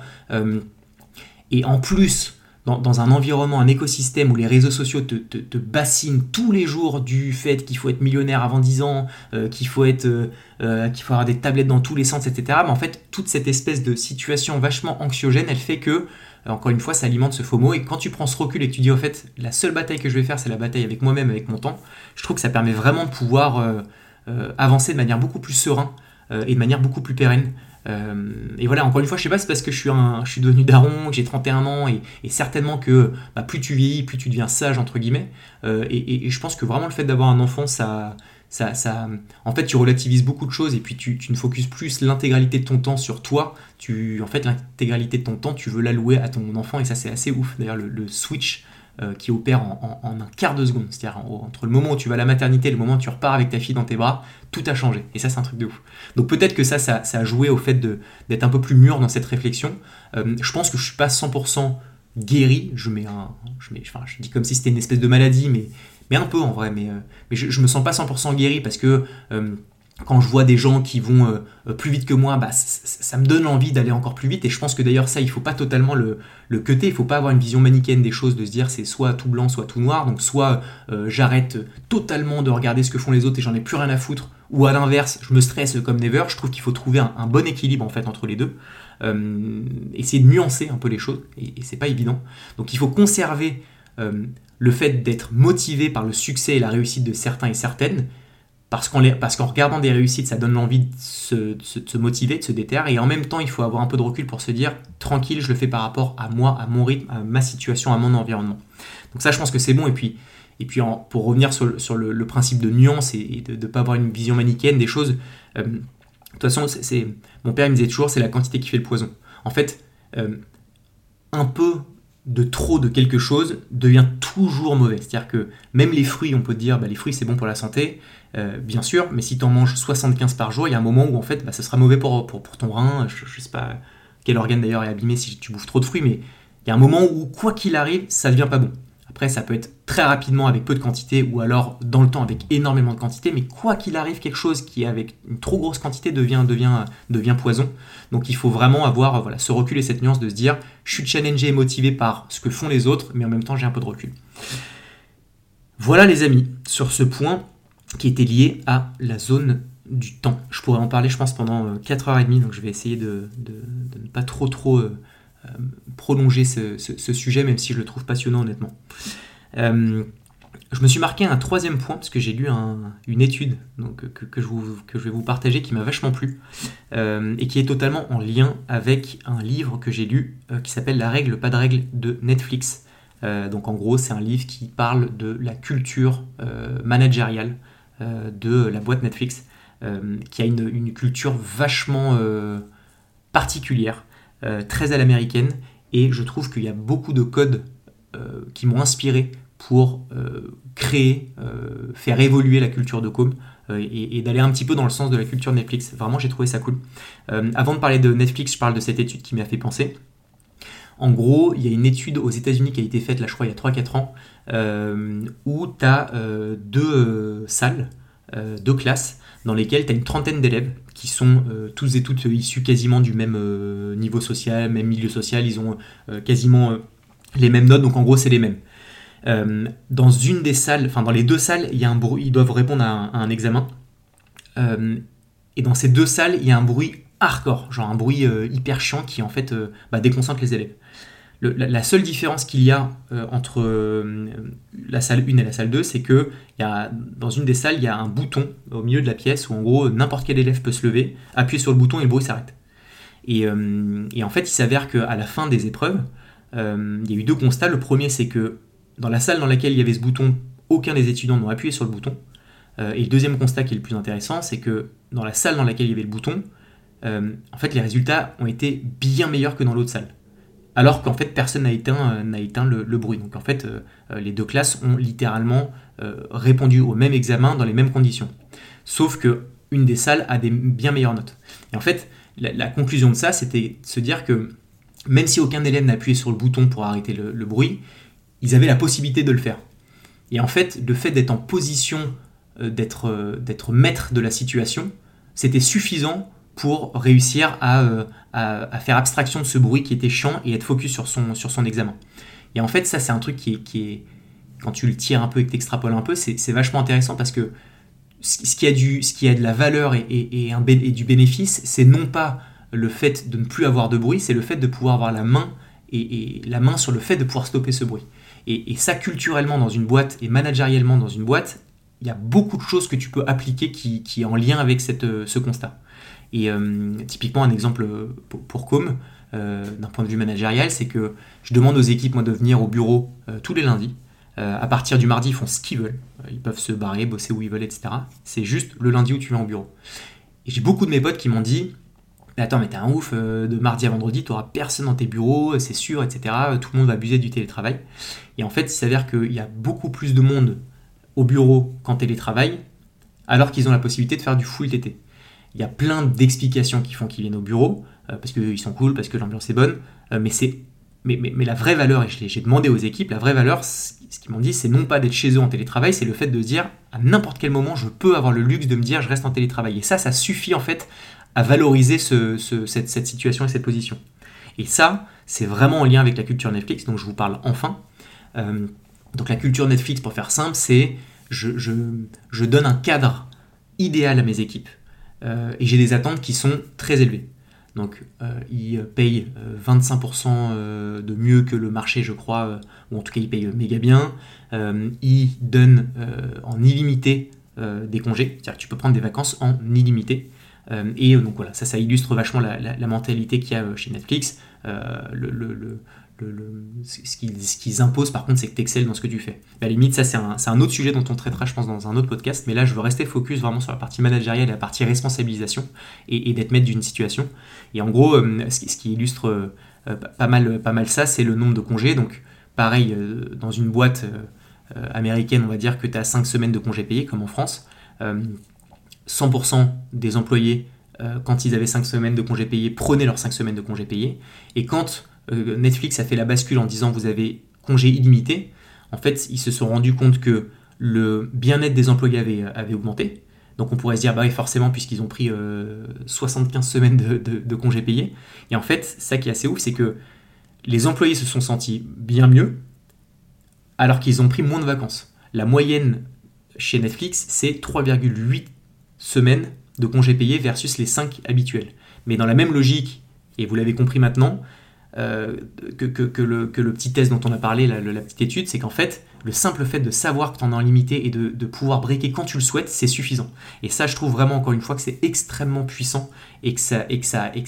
Et en plus, dans un environnement, un écosystème où les réseaux sociaux te bassinent tous les jours du fait qu'il faut être millionnaire avant 10 ans, qu'il faut avoir des tablettes dans tous les sens, etc. Mais en fait, toute cette espèce de situation vachement anxiogène, elle fait que, encore une fois, ça alimente ce FOMO. Et quand tu prends ce recul et que tu dis, en fait, la seule bataille que je vais faire, c'est la bataille avec moi-même, avec mon temps, je trouve que ça permet vraiment de pouvoir avancer de manière beaucoup plus sereine et de manière beaucoup plus pérenne. Et voilà, encore une fois, je sais pas, c'est parce que je suis devenu daron, que j'ai 31 ans, et certainement que plus tu vieillis, plus tu deviens sage, entre guillemets. Et je pense que vraiment le fait d'avoir un enfant, ça, en fait, tu relativises beaucoup de choses, et puis tu ne focuses plus l'intégralité de ton temps sur toi. En fait, l'intégralité de ton temps, tu veux l'allouer à ton enfant, et ça, c'est assez ouf. D'ailleurs, le switch qui opère en un quart de seconde, c'est-à-dire entre le moment où tu vas à la maternité et le moment où tu repars avec ta fille dans tes bras, tout a changé, et ça c'est un truc de ouf. Donc peut-être que ça a joué au fait d'être un peu plus mûr dans cette réflexion. Je pense que je suis pas 100% guéri, je dis comme si c'était une espèce de maladie, mais un peu en vrai, mais je me sens pas 100% guéri, parce que quand je vois des gens qui vont plus vite que moi, ça me donne envie d'aller encore plus vite, et je pense que d'ailleurs ça, il faut pas totalement le cutter, il faut pas avoir une vision manichéenne des choses, de se dire c'est soit tout blanc, soit tout noir, donc soit j'arrête totalement de regarder ce que font les autres et j'en ai plus rien à foutre, ou à l'inverse, je me stresse comme never. Je trouve qu'il faut trouver un bon équilibre en fait entre les deux, essayer de nuancer un peu les choses, et c'est pas évident. Donc il faut conserver le fait d'être motivé par le succès et la réussite de certains et certaines, parce qu'en regardant des réussites, ça donne l'envie de se motiver, de se déterrer, et en même temps, il faut avoir un peu de recul pour se dire, tranquille, je le fais par rapport à moi, à mon rythme, à ma situation, à mon environnement. Donc ça, je pense que c'est bon, et puis pour revenir sur le principe de nuance et de ne pas avoir une vision manichéenne des choses, de toute façon, mon père il me disait toujours, c'est la quantité qui fait le poison. En fait, un peu de trop de quelque chose devient toujours mauvais. C'est-à-dire que même les fruits, on peut te dire, les fruits c'est bon pour la santé, bien sûr, mais si tu en manges 75 par jour, il y a un moment où en fait, ça sera mauvais pour ton rein. Je sais pas quel organe d'ailleurs est abîmé si tu bouffes trop de fruits, mais il y a un moment où, quoi qu'il arrive, ça devient pas bon. Après, ça peut être très rapidement avec peu de quantité, ou alors dans le temps avec énormément de quantité, mais quoi qu'il arrive, quelque chose qui est avec une trop grosse quantité devient poison. Donc il faut vraiment avoir ce recul et cette nuance de se dire, je suis challengé et motivé par ce que font les autres, mais en même temps j'ai un peu de recul. Voilà les amis, sur ce point qui était lié à la zone du temps. Je pourrais en parler je pense pendant 4h30, donc je vais essayer de ne pas trop prolonger ce sujet, même si je le trouve passionnant honnêtement. Je me suis marqué un troisième point, parce que j'ai lu une étude donc, que je vais vous partager, qui m'a vachement plu, et qui est totalement en lien avec un livre que j'ai lu, qui s'appelle La règle, pas de règle de Netflix. Donc en gros, c'est un livre qui parle de la culture managériale de la boîte Netflix, qui a une culture vachement particulière, très à l'américaine, et je trouve qu'il y a beaucoup de codes qui m'ont inspiré pour créer, faire évoluer la culture de com et d'aller un petit peu dans le sens de la culture Netflix. Vraiment, j'ai trouvé ça cool. Avant de parler de Netflix, je parle de cette étude qui m'a fait penser. En gros, il y a une étude aux États-Unis qui a été faite, là je crois, il y a 3-4 ans, où tu as deux salles, deux classes, dans lesquelles tu as une trentaine d'élèves qui sont tous et toutes issus quasiment du même niveau social, même milieu social, ils ont quasiment les mêmes notes, donc en gros c'est les mêmes. Dans une des salles, enfin dans les deux salles, il y a un bruit, ils doivent répondre à un examen, et dans ces deux salles, il y a un bruit hardcore, genre un bruit hyper chiant qui en fait déconcentre les élèves. La seule différence qu'il y a entre la salle 1 et la salle 2, c'est que dans une des salles, il y a un bouton au milieu de la pièce où en gros n'importe quel élève peut se lever, appuyer sur le bouton et le bruit s'arrête. Et en fait, il s'avère qu'à la fin des épreuves, il y a eu deux constats. Le premier, c'est que dans la salle dans laquelle il y avait ce bouton, aucun des étudiants n'ont appuyé sur le bouton. Et le deuxième constat qui est le plus intéressant, c'est que dans la salle dans laquelle il y avait le bouton, en fait, les résultats ont été bien meilleurs que dans l'autre salle. Alors qu'en fait, personne n'a éteint le bruit. Donc en fait, les deux classes ont littéralement répondu au même examen dans les mêmes conditions. Sauf qu'une des salles a des bien meilleures notes. Et en fait, la conclusion de ça, c'était de se dire que même si aucun élève n'a appuyé sur le bouton pour arrêter le bruit, ils avaient la possibilité de le faire. Et en fait, le fait d'être en position d'être maître de la situation, c'était suffisant pour réussir à faire abstraction de ce bruit qui était chiant et être focus sur son examen. Et en fait, ça, c'est un truc qui est quand tu le tires un peu et que tu extrapoles un peu, c'est vachement intéressant parce que ce qui a de la valeur et du bénéfice, c'est non pas le fait de ne plus avoir de bruit, c'est le fait de pouvoir avoir la main et la main sur le fait de pouvoir stopper ce bruit. Et ça, culturellement dans une boîte et managériellement dans une boîte, il y a beaucoup de choses que tu peux appliquer qui est en lien avec ce constat. Et typiquement, un exemple pour Com, d'un point de vue managérial, c'est que je demande aux équipes moi, de venir au bureau tous les lundis. À partir du mardi, ils font ce qu'ils veulent. Ils peuvent se barrer, bosser où ils veulent, etc. C'est juste le lundi où tu viens au bureau. Et j'ai beaucoup de mes potes qui m'ont dit « Attends, mais t'es un ouf, de mardi à vendredi, t'auras personne dans tes bureaux, c'est sûr, etc. Tout le monde va abuser du télétravail. » Et en fait, il s'avère qu'il y a beaucoup plus de monde au bureau qu'en télétravail, alors qu'ils ont la possibilité de faire du full TT. Il y a plein d'explications qui font qu'ils viennent au bureau, parce qu'ils sont cool, parce que l'ambiance est bonne, mais la vraie valeur, et j'ai demandé aux équipes, la vraie valeur, ce qu'ils m'ont dit, c'est non pas d'être chez eux en télétravail, c'est le fait de se dire, à n'importe quel moment, je peux avoir le luxe de me dire, je reste en télétravail. Et ça suffit en fait à valoriser cette situation et cette position. Et ça, c'est vraiment en lien avec la culture Netflix, donc je vous parle enfin. Donc la culture Netflix, pour faire simple, c'est je donne un cadre idéal à mes équipes. Et j'ai des attentes qui sont très élevées. Donc ils payent 25% de mieux que le marché, je crois, ou en tout cas ils payent méga bien. Ils donnent en illimité des congés, c'est-à-dire que tu peux prendre des vacances en illimité. Et donc voilà, ça illustre vachement la mentalité qu'il y a chez Netflix. Ce qu'ils imposent par contre, c'est que tu excelles dans ce que tu fais. À la limite, ça c'est un autre sujet dont on traitera je pense dans un autre podcast, mais là je veux rester focus vraiment sur la partie managériale et la partie responsabilisation et d'être maître d'une situation. Et en gros, ce qui illustre pas mal ça, c'est le nombre de congés. Donc pareil, dans une boîte américaine, on va dire que tu as 5 semaines de congés payés comme en France. 100% des employés, quand ils avaient 5 semaines de congés payés, prenaient leurs 5 semaines de congés payés. Et quand Netflix a fait la bascule en disant vous avez congé illimité, en fait, ils se sont rendus compte que le bien-être des employés avait augmenté. Donc on pourrait se dire, bah oui, forcément, puisqu'ils ont pris 75 semaines de congés payés. Et en fait, ça qui est assez ouf, c'est que les employés se sont sentis bien mieux, alors qu'ils ont pris moins de vacances. La moyenne chez Netflix, c'est 3,8 semaines de congés payés versus les 5 habituels. Mais dans la même logique, et vous l'avez compris maintenant, que le petit test dont on a parlé, la petite étude, c'est qu'en fait, le simple fait de savoir que tu en as un limité et de pouvoir breaker quand tu le souhaites, c'est suffisant. Et ça, je trouve vraiment, encore une fois, que c'est extrêmement puissant et qu'il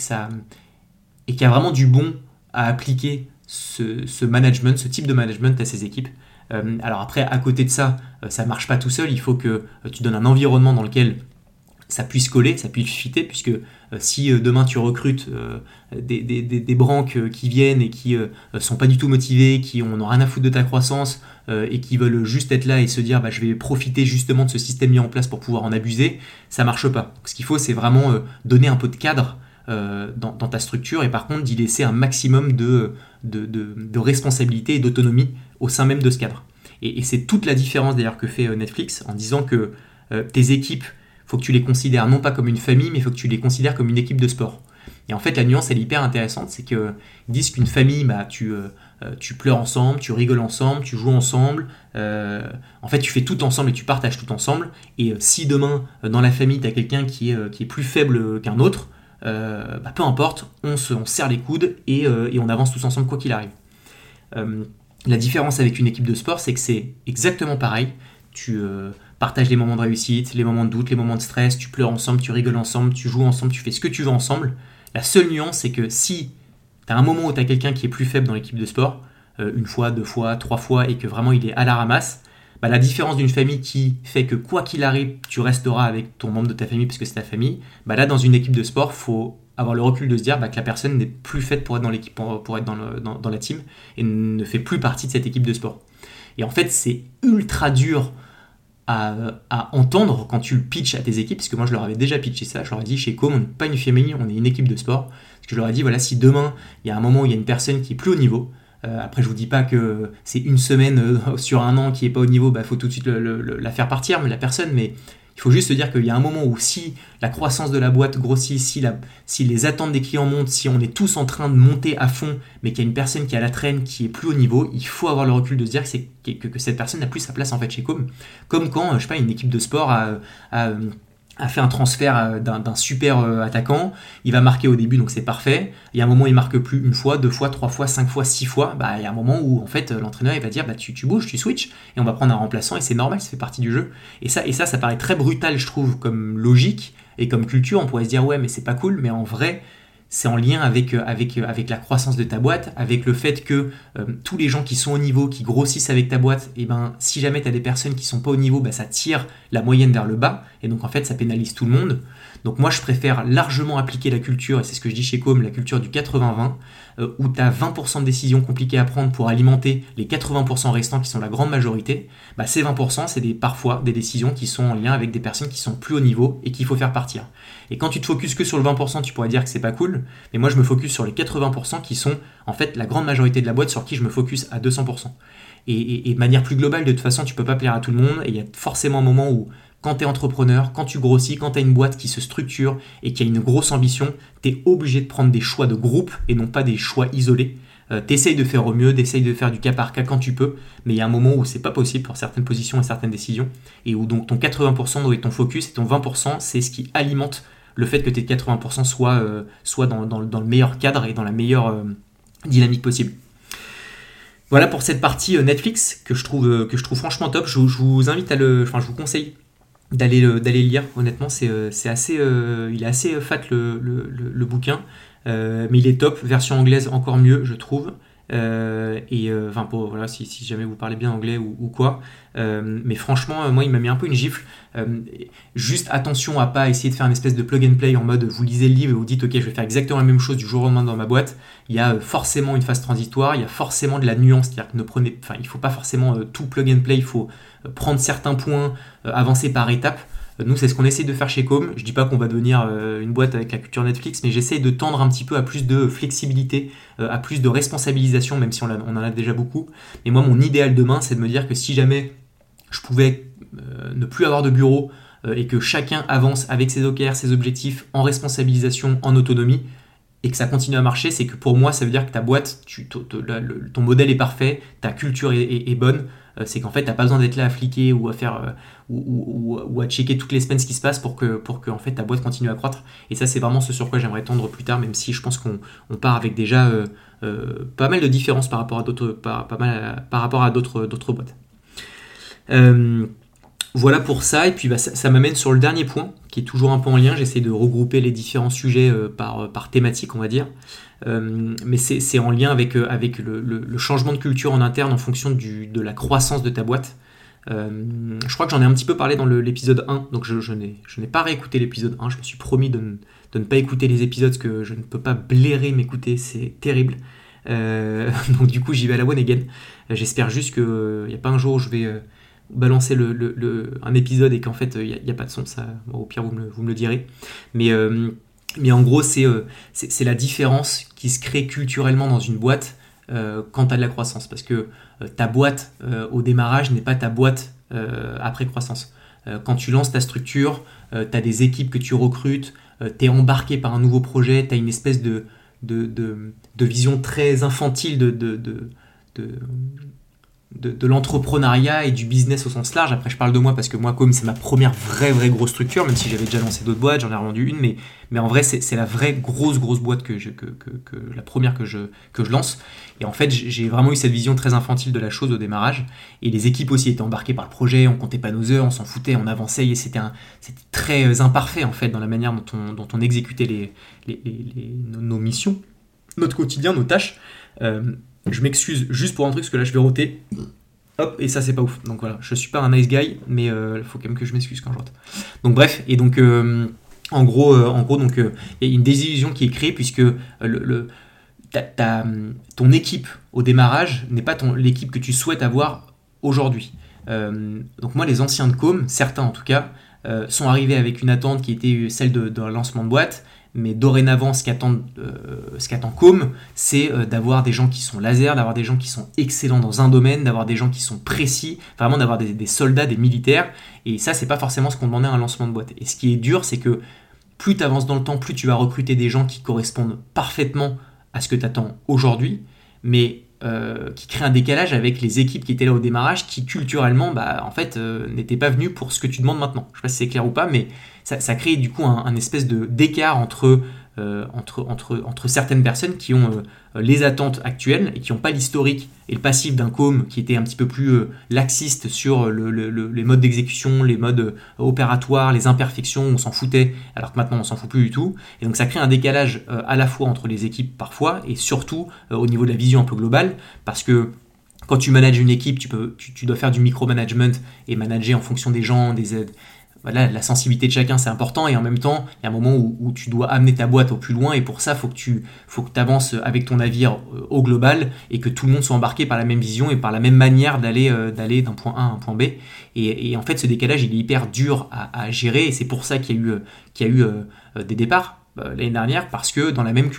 y a vraiment du bon à appliquer ce management, ce type de management à ses équipes. Alors après, à côté de ça, ça ne marche pas tout seul. Il faut que tu donnes un environnement dans lequel ça puisse coller, ça puisse fitter, puisque si demain tu recrutes des branques qui viennent et qui sont pas du tout motivés, qui n'ont rien à foutre de ta croissance et qui veulent juste être là et se dire je vais profiter justement de ce système mis en place pour pouvoir en abuser, ça marche pas. Donc, ce qu'il faut, c'est vraiment donner un peu de cadre dans ta structure et par contre d'y laisser un maximum de responsabilité et d'autonomie au sein même de ce cadre. Et c'est toute la différence d'ailleurs que fait Netflix en disant que tes équipes, il faut que tu les considères non pas comme une famille, mais il faut que tu les considères comme une équipe de sport. Et en fait, la nuance, elle est hyper intéressante, c'est qu'ils disent qu'une famille, tu pleures ensemble, tu rigoles ensemble, tu joues ensemble, en fait, tu fais tout ensemble et tu partages tout ensemble. Et si demain, dans la famille, tu as quelqu'un qui est plus faible qu'un autre, peu importe, on serre les coudes et on avance tous ensemble quoi qu'il arrive. La différence avec une équipe de sport, c'est que c'est exactement pareil. Tu partages les moments de réussite, les moments de doute, les moments de stress, tu pleures ensemble, tu rigoles ensemble, tu joues ensemble, tu fais ce que tu veux ensemble. La seule nuance, c'est que si tu as un moment où tu as quelqu'un qui est plus faible dans l'équipe de sport, une fois, 2 fois, 3 fois, et que vraiment il est à la ramasse, la différence d'une famille qui fait que quoi qu'il arrive, tu resteras avec ton membre de ta famille parce que c'est ta famille, là dans une équipe de sport, il faut avoir le recul de se dire que la personne n'est plus faite pour être dans l'équipe, pour être dans la team, et ne fait plus partie de cette équipe de sport. Et en fait, c'est ultra dur à entendre quand tu le pitches à tes équipes, parce que moi je leur avais déjà pitché ça, je leur ai dit chez Com, on n'est pas une famille, on est une équipe de sport, parce que je leur ai dit voilà, si demain il y a un moment où il y a une personne qui est plus haut niveau, après je vous dis pas que c'est une semaine sur un an qui est pas au niveau, faut tout de suite la faire partir, mais la personne, mais il faut juste se dire qu'il y a un moment où si la croissance de la boîte grossit, si les attentes des clients montent, si on est tous en train de monter à fond, mais qu'il y a une personne qui est à la traîne, qui est plus haut niveau, il faut avoir le recul de se dire que cette personne n'a plus sa place en fait chez Com. Comme quand, je sais pas, une équipe de sport a fait un transfert d'un super attaquant, il va marquer au début, donc c'est parfait. Il y a un moment où il marque plus 1 fois, 2 fois, 3 fois, 5 fois, 6 fois. Il y a un moment où en fait l'entraîneur il va dire tu bouges, tu switches, et on va prendre un remplaçant, et c'est normal, ça fait partie du jeu. Et ça paraît très brutal, je trouve, comme logique et comme culture. On pourrait se dire ouais, mais c'est pas cool, mais en vrai, c'est en lien avec la croissance de ta boîte, avec le fait que tous les gens qui sont au niveau, qui grossissent avec ta boîte, si jamais tu as des personnes qui sont pas au niveau, ça tire la moyenne vers le bas, et donc en fait ça pénalise tout le monde. Donc moi je préfère largement appliquer la culture, et c'est ce que je dis chez Com, la culture du 80-20, où tu as 20% de décisions compliquées à prendre pour alimenter les 80% restants qui sont la grande majorité. Ces 20%, c'est parfois des décisions qui sont en lien avec des personnes qui sont plus haut niveau et qu'il faut faire partir. Et quand tu te focuses que sur le 20%, tu pourrais dire que c'est pas cool, mais moi je me focus sur les 80% qui sont en fait la grande majorité de la boîte sur qui je me focus à 200%. Et de manière plus globale, de toute façon, tu peux pas plaire à tout le monde, et il y a forcément un moment où quand tu es entrepreneur, quand tu grossis, quand tu as une boîte qui se structure et qui a une grosse ambition, tu es obligé de prendre des choix de groupe et non pas des choix isolés. T'essayes de faire au mieux, t'essayes de faire du cas par cas quand tu peux, mais il y a un moment où c'est pas possible pour certaines positions et certaines décisions, et où donc ton 80% doit être ton focus, et ton 20% c'est ce qui alimente le fait que tes 80% soient dans le meilleur cadre et dans la meilleure dynamique possible. Voilà pour cette partie Netflix que je trouve franchement top. Je vous invite je vous conseille d'aller lire. Honnêtement, c'est assez, il est assez fat le bouquin, mais il est top. Version anglaise encore mieux, je trouve. Voilà, si jamais vous parlez bien anglais ou quoi. Mais franchement, moi, il m'a mis un peu une gifle. Juste attention à pas essayer de faire une espèce de plug and play en mode vous lisez le livre et vous dites ok, je vais faire exactement la même chose du jour au lendemain dans ma boîte. Il y a forcément une phase transitoire, il y a forcément de la nuance, c'est-à-dire que il faut pas forcément tout plug and play, il faut prendre certains points, avancer par étapes. Nous, c'est ce qu'on essaie de faire chez Com. Je dis pas qu'on va devenir une boîte avec la culture Netflix, mais j'essaie de tendre un petit peu à plus de flexibilité, à plus de responsabilisation, même si on en a déjà beaucoup. Et moi, mon idéal demain, c'est de me dire que si jamais je pouvais ne plus avoir de bureau et que chacun avance avec ses OKR, ses objectifs, en responsabilisation, en autonomie, et que ça continue à marcher, c'est que pour moi, ça veut dire que ta boîte, ton modèle est parfait, ta culture est bonne. C'est qu'en fait, t'as pas besoin d'être là à fliquer ou à faire ou à checker toutes les semaines ce qui se passe pour que en fait ta boîte continue à croître. Et ça, c'est vraiment ce sur quoi j'aimerais tendre plus tard, même si je pense qu'on part avec déjà pas mal de différences par rapport à d'autres boîtes. Voilà pour ça, et puis ça m'amène sur le dernier point, qui est toujours un peu en lien. J'essaie de regrouper les différents sujets par thématique, on va dire. Mais c'est en lien avec le changement de culture en interne en fonction de la croissance de ta boîte. Je crois que j'en ai un petit peu parlé dans l'épisode 1, donc je n'ai pas réécouté l'épisode 1. Je me suis promis de ne pas écouter les épisodes, parce que je ne peux pas blairer m'écouter, c'est terrible. Donc du coup, j'y vais à la one again. J'espère juste qu'il n'y a pas un jour où je vais balancer un épisode et qu'en fait il n'y a pas de son. Ça, bon, au pire vous me le direz, mais en gros c'est la différence qui se crée culturellement dans une boîte quand tu as de la croissance, parce que ta boîte au démarrage n'est pas ta boîte après croissance. Quand tu lances ta structure, tu as des équipes que tu recrutes, tu es embarqué par un nouveau projet, tu as une espèce de vision très infantile de l'entrepreneuriat et du business au sens large. Après, je parle de moi parce que moi, comme c'est ma première vraie grosse structure, même si j'avais déjà lancé d'autres boîtes, j'en ai revendu une, mais en vrai, c'est la vraie grosse boîte que la première que je lance. Et en fait, j'ai vraiment eu cette vision très infantile de la chose au démarrage. Et les équipes aussi étaient embarquées par le projet, on comptait pas nos heures, on s'en foutait, on avançait, et c'était très imparfait en fait dans la manière dont on exécutait nos missions, notre quotidien, nos tâches. Je m'excuse juste pour un truc, parce que là je vais roter. Hop, et ça c'est pas ouf. Donc voilà, je suis pas un nice guy, mais il faut quand même que je m'excuse quand je rote. Donc bref, et donc en gros, donc il y a une désillusion qui est créée, puisque ton équipe au démarrage n'est pas l'équipe que tu souhaites avoir aujourd'hui. Donc moi, les anciens de Com, certains en tout cas, sont arrivés avec une attente qui était celle d'un lancement de boîte. Mais dorénavant, ce qu'attend Com, c'est d'avoir des gens qui sont laser, d'avoir des gens qui sont excellents dans un domaine, d'avoir des gens qui sont précis, vraiment d'avoir des soldats, des militaires. Et ça, c'est pas forcément ce qu'on demandait à un lancement de boîte. Et ce qui est dur, c'est que plus tu avances dans le temps, plus tu vas recruter des gens qui correspondent parfaitement à ce que tu attends aujourd'hui, mais qui créent un décalage avec les équipes qui étaient là au démarrage, qui culturellement, en fait, n'étaient pas venues pour ce que tu demandes maintenant. Je sais pas si c'est clair ou pas, mais ça crée du coup un espèce d'écart entre certaines personnes qui ont les attentes actuelles et qui n'ont pas l'historique et le passif d'un Com qui était un petit peu plus laxiste sur les modes d'exécution, les modes opératoires, les imperfections, on s'en foutait, alors que maintenant on s'en fout plus du tout. Et donc ça crée un décalage à la fois entre les équipes parfois, et surtout au niveau de la vision un peu globale, parce que quand tu manages une équipe, tu dois faire du micromanagement et manager en fonction des gens, des aides. Voilà, la sensibilité de chacun, c'est important, et en même temps, il y a un moment où tu dois amener ta boîte au plus loin, et pour ça, il faut que tu avances avec ton navire au global, et que tout le monde soit embarqué par la même vision et par la même manière d'aller d'un point A à un point B. Et en fait, ce décalage, il est hyper dur à gérer, et c'est pour ça qu'il y a eu des départs l'année dernière, parce que dans la même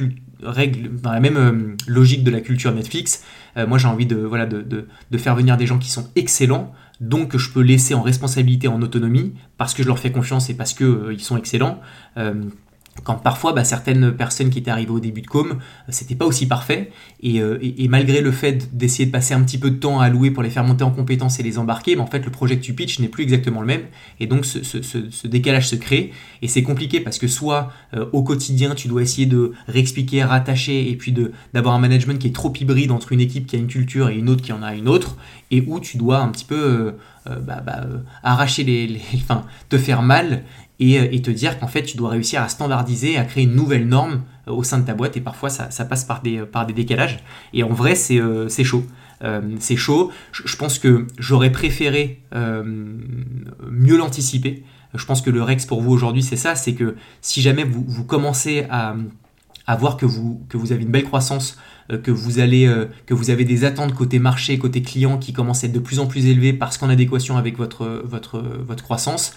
logique de la culture Netflix, moi j'ai envie de faire venir des gens qui sont excellents, donc que je peux laisser en responsabilité, en autonomie, parce que je leur fais confiance et parce qu'ils sont excellents. Quand parfois certaines personnes qui étaient arrivées au début de Com, c'était pas aussi parfait, et malgré le fait d'essayer de passer un petit peu de temps à allouer pour les faire monter en compétences et les embarquer, en fait le projet que tu pitches n'est plus exactement le même, et donc ce décalage se crée, et c'est compliqué parce que soit au quotidien tu dois essayer de réexpliquer, rattacher, et puis d'avoir un management qui est trop hybride entre une équipe qui a une culture et une autre qui en a une autre, et où tu dois un petit peu arracher enfin, te faire mal et te dire qu'en fait tu dois réussir à standardiser, à créer une nouvelle norme au sein de ta boîte, et parfois ça passe par des décalages, et en vrai c'est chaud. C'est chaud. Je pense que j'aurais préféré mieux l'anticiper. Je pense que le Rex pour vous aujourd'hui c'est ça, c'est que si jamais vous commencez à voir que vous avez une belle croissance, que vous avez des attentes côté marché, côté client qui commencent à être de plus en plus élevées parce qu'en adéquation avec votre croissance,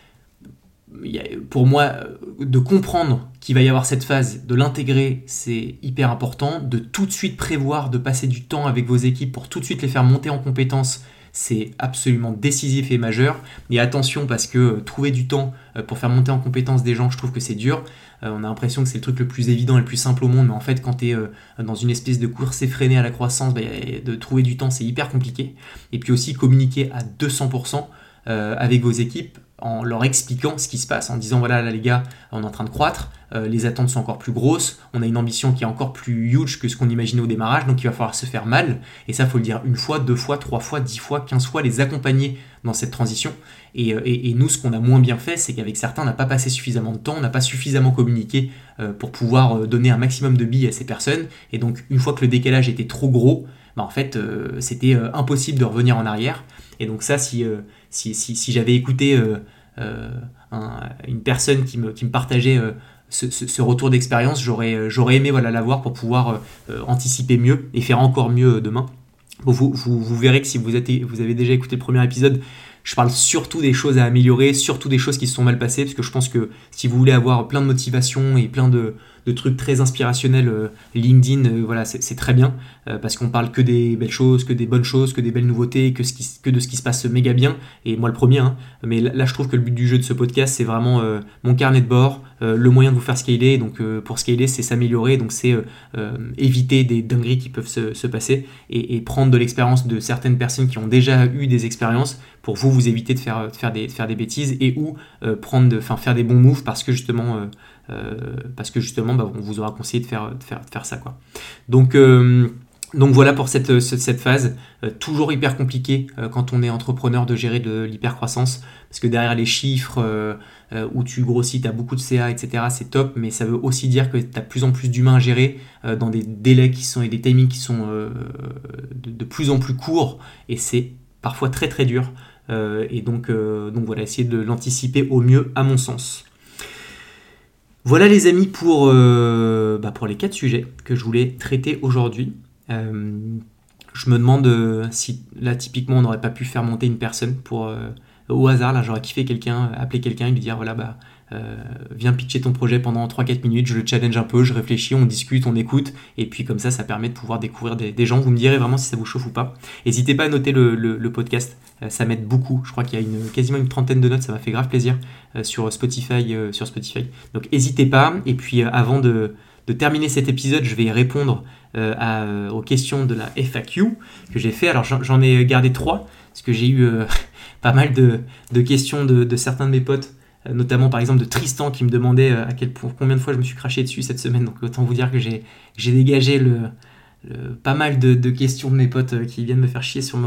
pour moi, de comprendre qu'il va y avoir cette phase, de l'intégrer, c'est hyper important. De tout de suite prévoir, de passer du temps avec vos équipes pour tout de suite les faire monter en compétences, c'est absolument décisif et majeur. Et attention, parce que trouver du temps pour faire monter en compétences des gens, je trouve que c'est dur. On a l'impression que c'est le truc le plus évident et le plus simple au monde, mais en fait quand tu es dans une espèce de course effrénée à la croissance, de trouver du temps c'est hyper compliqué. Et puis aussi communiquer à 200% avec vos équipes en leur expliquant ce qui se passe, en disant voilà là les gars, on est en train de croître, les attentes sont encore plus grosses, on a une ambition qui est encore plus huge que ce qu'on imaginait au démarrage, donc il va falloir se faire mal, et ça faut le dire une fois, 2 fois, 3 fois, 10 fois, 15 fois, les accompagner dans cette transition. Et nous, ce qu'on a moins bien fait, c'est qu'avec certains, on n'a pas passé suffisamment de temps, on n'a pas suffisamment communiqué pour pouvoir donner un maximum de billes à ces personnes, et donc une fois que le décalage était trop gros, en fait c'était impossible de revenir en arrière. Et donc ça, si j'avais écouté une personne qui me partageait ce retour d'expérience, j'aurais aimé l'avoir pour pouvoir anticiper mieux et faire encore mieux demain. Bon, vous verrez que si vous avez déjà écouté le premier épisode, je parle surtout des choses à améliorer, surtout des choses qui se sont mal passées, parce que je pense que si vous voulez avoir plein de motivation et plein de trucs très inspirationnels, LinkedIn, voilà, c'est très bien, parce qu'on parle que des belles choses, que des bonnes choses, que des belles nouveautés, que de ce qui se passe méga bien, et moi le premier, hein. Mais là je trouve que le but du jeu de ce podcast, c'est vraiment mon carnet de bord, le moyen de vous faire scaler. Donc pour scaler, c'est s'améliorer, donc c'est éviter des dingueries qui peuvent se passer, et prendre de l'expérience de certaines personnes qui ont déjà eu des expériences pour vous éviter de faire des bêtises, et ou faire des bons moves parce que justement on vous aura conseillé de faire ça, quoi. Donc voilà pour cette phase, toujours hyper compliqué quand on est entrepreneur de gérer de l'hypercroissance, parce que derrière les chiffres où tu grossis, tu as beaucoup de CA, etc., c'est top, mais ça veut aussi dire que tu as de plus en plus d'humains à gérer dans des délais et des timings qui sont de plus en plus courts, et c'est parfois très très dur. Et donc voilà, essayer de l'anticiper au mieux à mon sens. Voilà les amis pour les 4 sujets que je voulais traiter aujourd'hui. Je me demande si là typiquement on n'aurait pas pu faire monter une personne au hasard. Là j'aurais kiffé appeler quelqu'un et lui dire voilà viens pitcher ton projet pendant 3-4 minutes, je le challenge un peu, je réfléchis, on discute, on écoute, et puis comme ça permet de pouvoir découvrir des gens. Vous me direz vraiment si ça vous chauffe ou pas. N'hésitez pas à noter le podcast, ça m'aide beaucoup. Je crois qu'il y a quasiment une 30aine de notes, ça m'a fait grave plaisir sur Spotify. Donc n'hésitez pas. Et puis avant de terminer cet épisode, je vais répondre aux questions de la FAQ que j'ai fait. Alors j'en ai gardé 3 parce que j'ai eu pas mal de questions de certains de mes potes, notamment par exemple de Tristan qui me demandait combien de fois je me suis craché dessus cette semaine. Donc autant vous dire que j'ai dégagé pas mal de questions de mes potes qui viennent me faire chier sur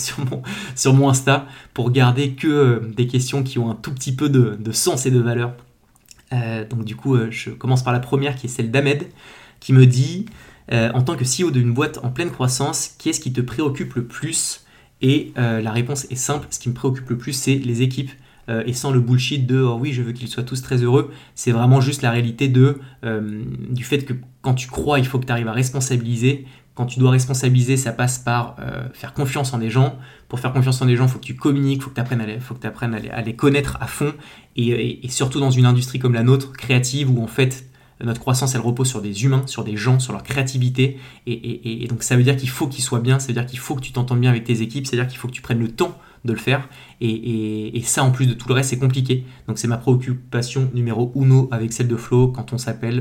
mon Insta, pour garder que des questions qui ont un tout petit peu de sens et de valeur. Donc du coup je commence par la première, qui est celle d'Ahmed, qui me dit en tant que CEO d'une boîte en pleine croissance, qu'est-ce qui te préoccupe le plus? Et la réponse est simple, ce qui me préoccupe le plus, c'est les équipes, et sans le bullshit de oh oui je veux qu'ils soient tous très heureux. C'est vraiment juste la réalité du fait que quand tu crois, il faut que tu arrives à responsabiliser. Quand tu dois responsabiliser, ça passe par faire confiance en des gens. Pour faire confiance en des gens, il faut que tu communiques, il faut que tu apprennes à les connaître à fond, et surtout dans une industrie comme la nôtre, créative, où en fait notre croissance elle repose sur des humains, sur des gens, sur leur créativité, et donc ça veut dire qu'il faut qu'ils soient bien, ça veut dire qu'il faut que tu t'entendes bien avec tes équipes, c'est à dire qu'il faut que tu prennes le temps de le faire, et ça en plus de tout le reste c'est compliqué. Donc c'est ma préoccupation numéro 1 avec celle de Flo, quand on s'appelle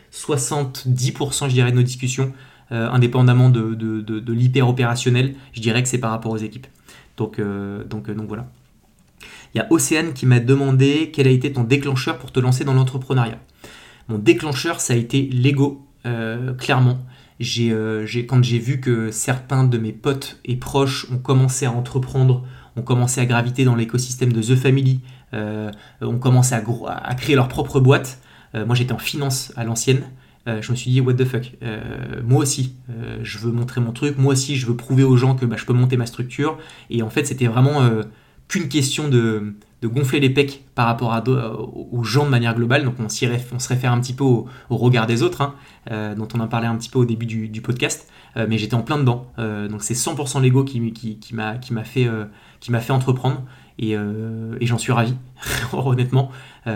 70% je dirais de nos discussions, indépendamment de l'hyper opérationnel, je dirais que c'est par rapport aux équipes. Donc voilà. Il y a Océane qui m'a demandé quel a été ton déclencheur pour te lancer dans l'entrepreneuriat. Mon déclencheur, ça a été l'ego, clairement. Quand j'ai vu que certains de mes potes et proches ont commencé à entreprendre ont commencé à graviter dans l'écosystème de The Family, ont commencé à créer leur propre boîte. Moi, j'étais en finance à l'ancienne. Je me suis dit, what the fuck, moi aussi, je veux montrer mon truc, moi aussi, je veux prouver aux gens que je peux monter ma structure. Et en fait, c'était vraiment qu'une question de gonfler les pecs par rapport aux gens de manière globale. Donc, on se réfère un petit peu au regard des autres, dont on en parlait un petit peu au début du podcast. Mais j'étais en plein dedans. Donc, c'est 100% l'ego qui m'a fait entreprendre. Et j'en suis ravi, honnêtement,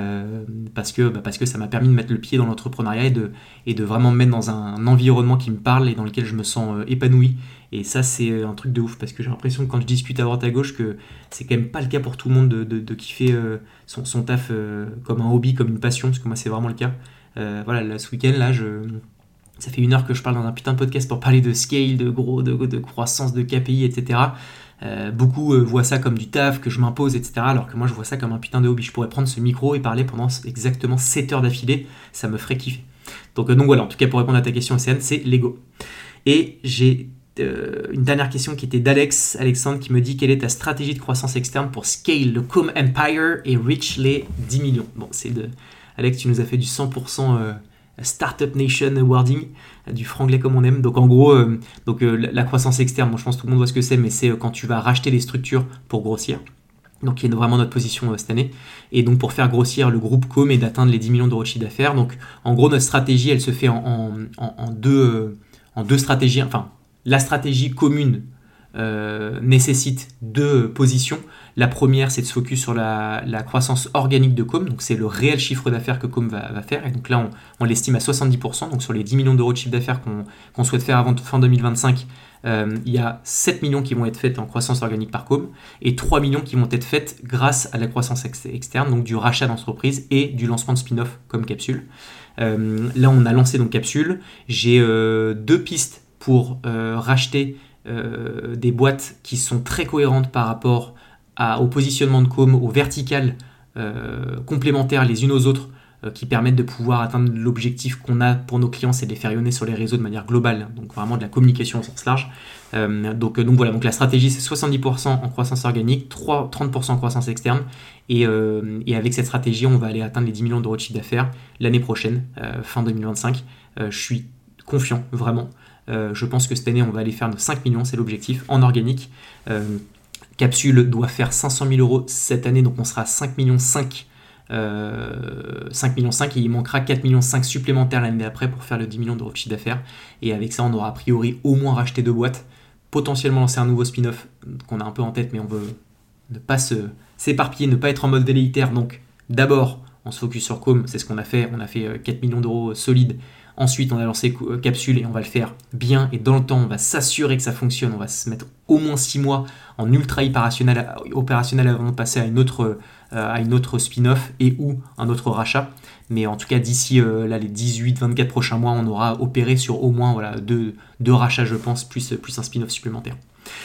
parce que ça m'a permis de mettre le pied dans l'entrepreneuriat et de vraiment me mettre dans un environnement qui me parle et dans lequel je me sens épanoui. Et ça, c'est un truc de ouf, parce que j'ai l'impression que quand je discute à droite à gauche, que c'est quand même pas le cas pour tout le monde de kiffer son taf comme un hobby, comme une passion, parce que moi, c'est vraiment le cas. Voilà, là, ce week-end, là, ça fait 1 heure que je parle dans un putain de podcast pour parler de scale, de croissance, de KPI, etc. Beaucoup voient ça comme du taf, que je m'impose, etc. Alors que moi, je vois ça comme un putain de hobby. Je pourrais prendre ce micro et parler pendant exactement 7 heures d'affilée. Ça me ferait kiffer. Donc voilà, en tout cas, pour répondre à ta question, Océane, c'est l'ego. Et j'ai une dernière question qui était Alexandre, qui me dit: quelle est ta stratégie de croissance externe pour scale le Com Empire et reach les 10 millions? Bon, c'est Alex, tu nous as fait du 100% Startup Nation wording, du franglais comme on aime. Donc en gros, la croissance externe, je pense que tout le monde voit ce que c'est, mais c'est quand tu vas racheter des structures pour grossir. Donc qui est vraiment notre position cette année. Et donc pour faire grossir le groupe Com et d'atteindre les 10 millions d'euros de chiffre d'affaires. Donc en gros, notre stratégie, elle se fait en deux stratégies. Enfin, la stratégie commune nécessite 2 positions. La première, c'est de se focus sur la croissance organique de Com, donc c'est le réel chiffre d'affaires que Com va faire, et donc là on l'estime à 70%, donc sur les 10 millions d'euros de chiffre d'affaires qu'on souhaite faire avant fin 2025, il y a 7 millions qui vont être faites en croissance organique par Com, et 3 millions qui vont être faites grâce à la croissance externe, donc du rachat d'entreprise et du lancement de spin-off comme Capsule. Là on a lancé donc Capsule, j'ai 2 pistes pour racheter des boîtes qui sont très cohérentes par rapport au positionnement de Com, aux verticales complémentaires les unes aux autres, qui permettent de pouvoir atteindre l'objectif qu'on a pour nos clients, c'est de les faire rayonner sur les réseaux de manière globale, donc vraiment de la communication au sens large. Donc voilà, donc la stratégie, c'est 70% en croissance organique, 30% en croissance externe, et avec cette stratégie, on va aller atteindre les 10 millions d'euros de chiffre d'affaires l'année prochaine, fin 2025. Je suis confiant, vraiment. Je pense que cette année, on va aller faire nos 5 millions, c'est l'objectif, en organique. Capsule doit faire 500 000 euros cette année, donc on sera à 5 millions 5 et il manquera 4 millions 5 supplémentaires l'année d'après pour faire le 10 millions d'euros de chiffre d'affaires. Et avec ça, on aura a priori au moins racheté 2 boîtes, potentiellement lancer un nouveau spin-off qu'on a un peu en tête, mais on veut ne pas s'éparpiller, ne pas être en mode velléitaire. Donc d'abord, on se focus sur Com, c'est ce qu'on a fait. On a fait 4 millions d'euros solides. Ensuite, on a lancé Capsule et on va le faire bien et dans le temps. On va s'assurer que ça fonctionne. On va se mettre au moins 6 mois en ultra opérationnel avant de passer à une autre spin-off et ou un autre rachat. Mais en tout cas, d'ici les 18-24 prochains mois, on aura opéré sur au moins deux rachats, je pense, plus un spin-off supplémentaire.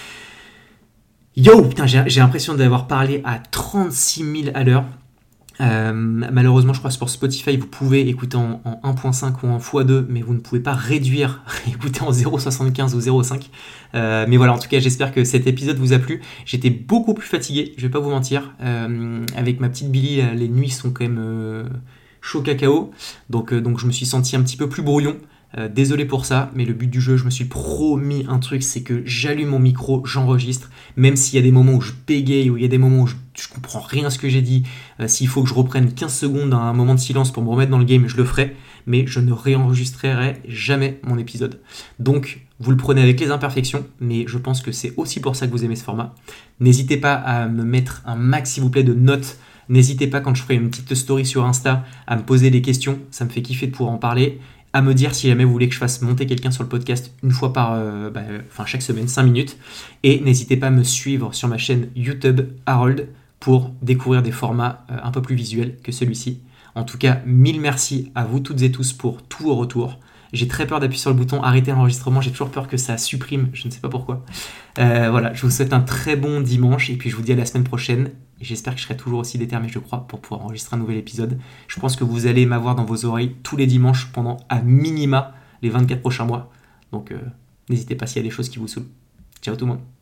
Yo, putain, j'ai l'impression d'avoir parlé à 36 000 à l'heure. Malheureusement, je crois que sur Spotify, vous pouvez écouter en 1.5 ou en x2, mais vous ne pouvez pas réduire, écouter en 0.75 ou 0.5. Mais voilà, en tout cas, j'espère que cet épisode vous a plu. J'étais beaucoup plus fatigué, je vais pas vous mentir. Avec ma petite Billy, les nuits sont quand même chaud cacao. Donc je me suis senti un petit peu plus brouillon. Désolé pour ça, mais le but du jeu, je me suis promis un truc, c'est que j'allume mon micro, j'enregistre, même s'il y a des moments où je bégaye, où il y a des moments où je comprends rien à ce que j'ai dit, s'il faut que je reprenne 15 secondes à un moment de silence pour me remettre dans le game, je le ferai, mais je ne réenregistrerai jamais mon épisode. Donc, vous le prenez avec les imperfections, mais je pense que c'est aussi pour ça que vous aimez ce format. N'hésitez pas à me mettre un max, s'il vous plaît, de notes. N'hésitez pas, quand je ferai une petite story sur Insta, à me poser des questions, ça me fait kiffer de pouvoir en parler. À me dire si jamais vous voulez que je fasse monter quelqu'un sur le podcast une fois chaque semaine, 5 minutes. Et n'hésitez pas à me suivre sur ma chaîne YouTube Harold pour découvrir des formats un peu plus visuels que celui-ci. En tout cas, 1000 merci à vous toutes et tous pour tous vos retours. J'ai très peur d'appuyer sur le bouton arrêter l'enregistrement, j'ai toujours peur que ça supprime, je ne sais pas pourquoi. Voilà, je vous souhaite un très bon dimanche et puis je vous dis à la semaine prochaine. Et j'espère que je serai toujours aussi déterminé, je crois, pour pouvoir enregistrer un nouvel épisode. Je pense que vous allez m'avoir dans vos oreilles tous les dimanches pendant à minima les 24 prochains mois. Donc n'hésitez pas s'il y a des choses qui vous saoulent. Ciao tout le monde.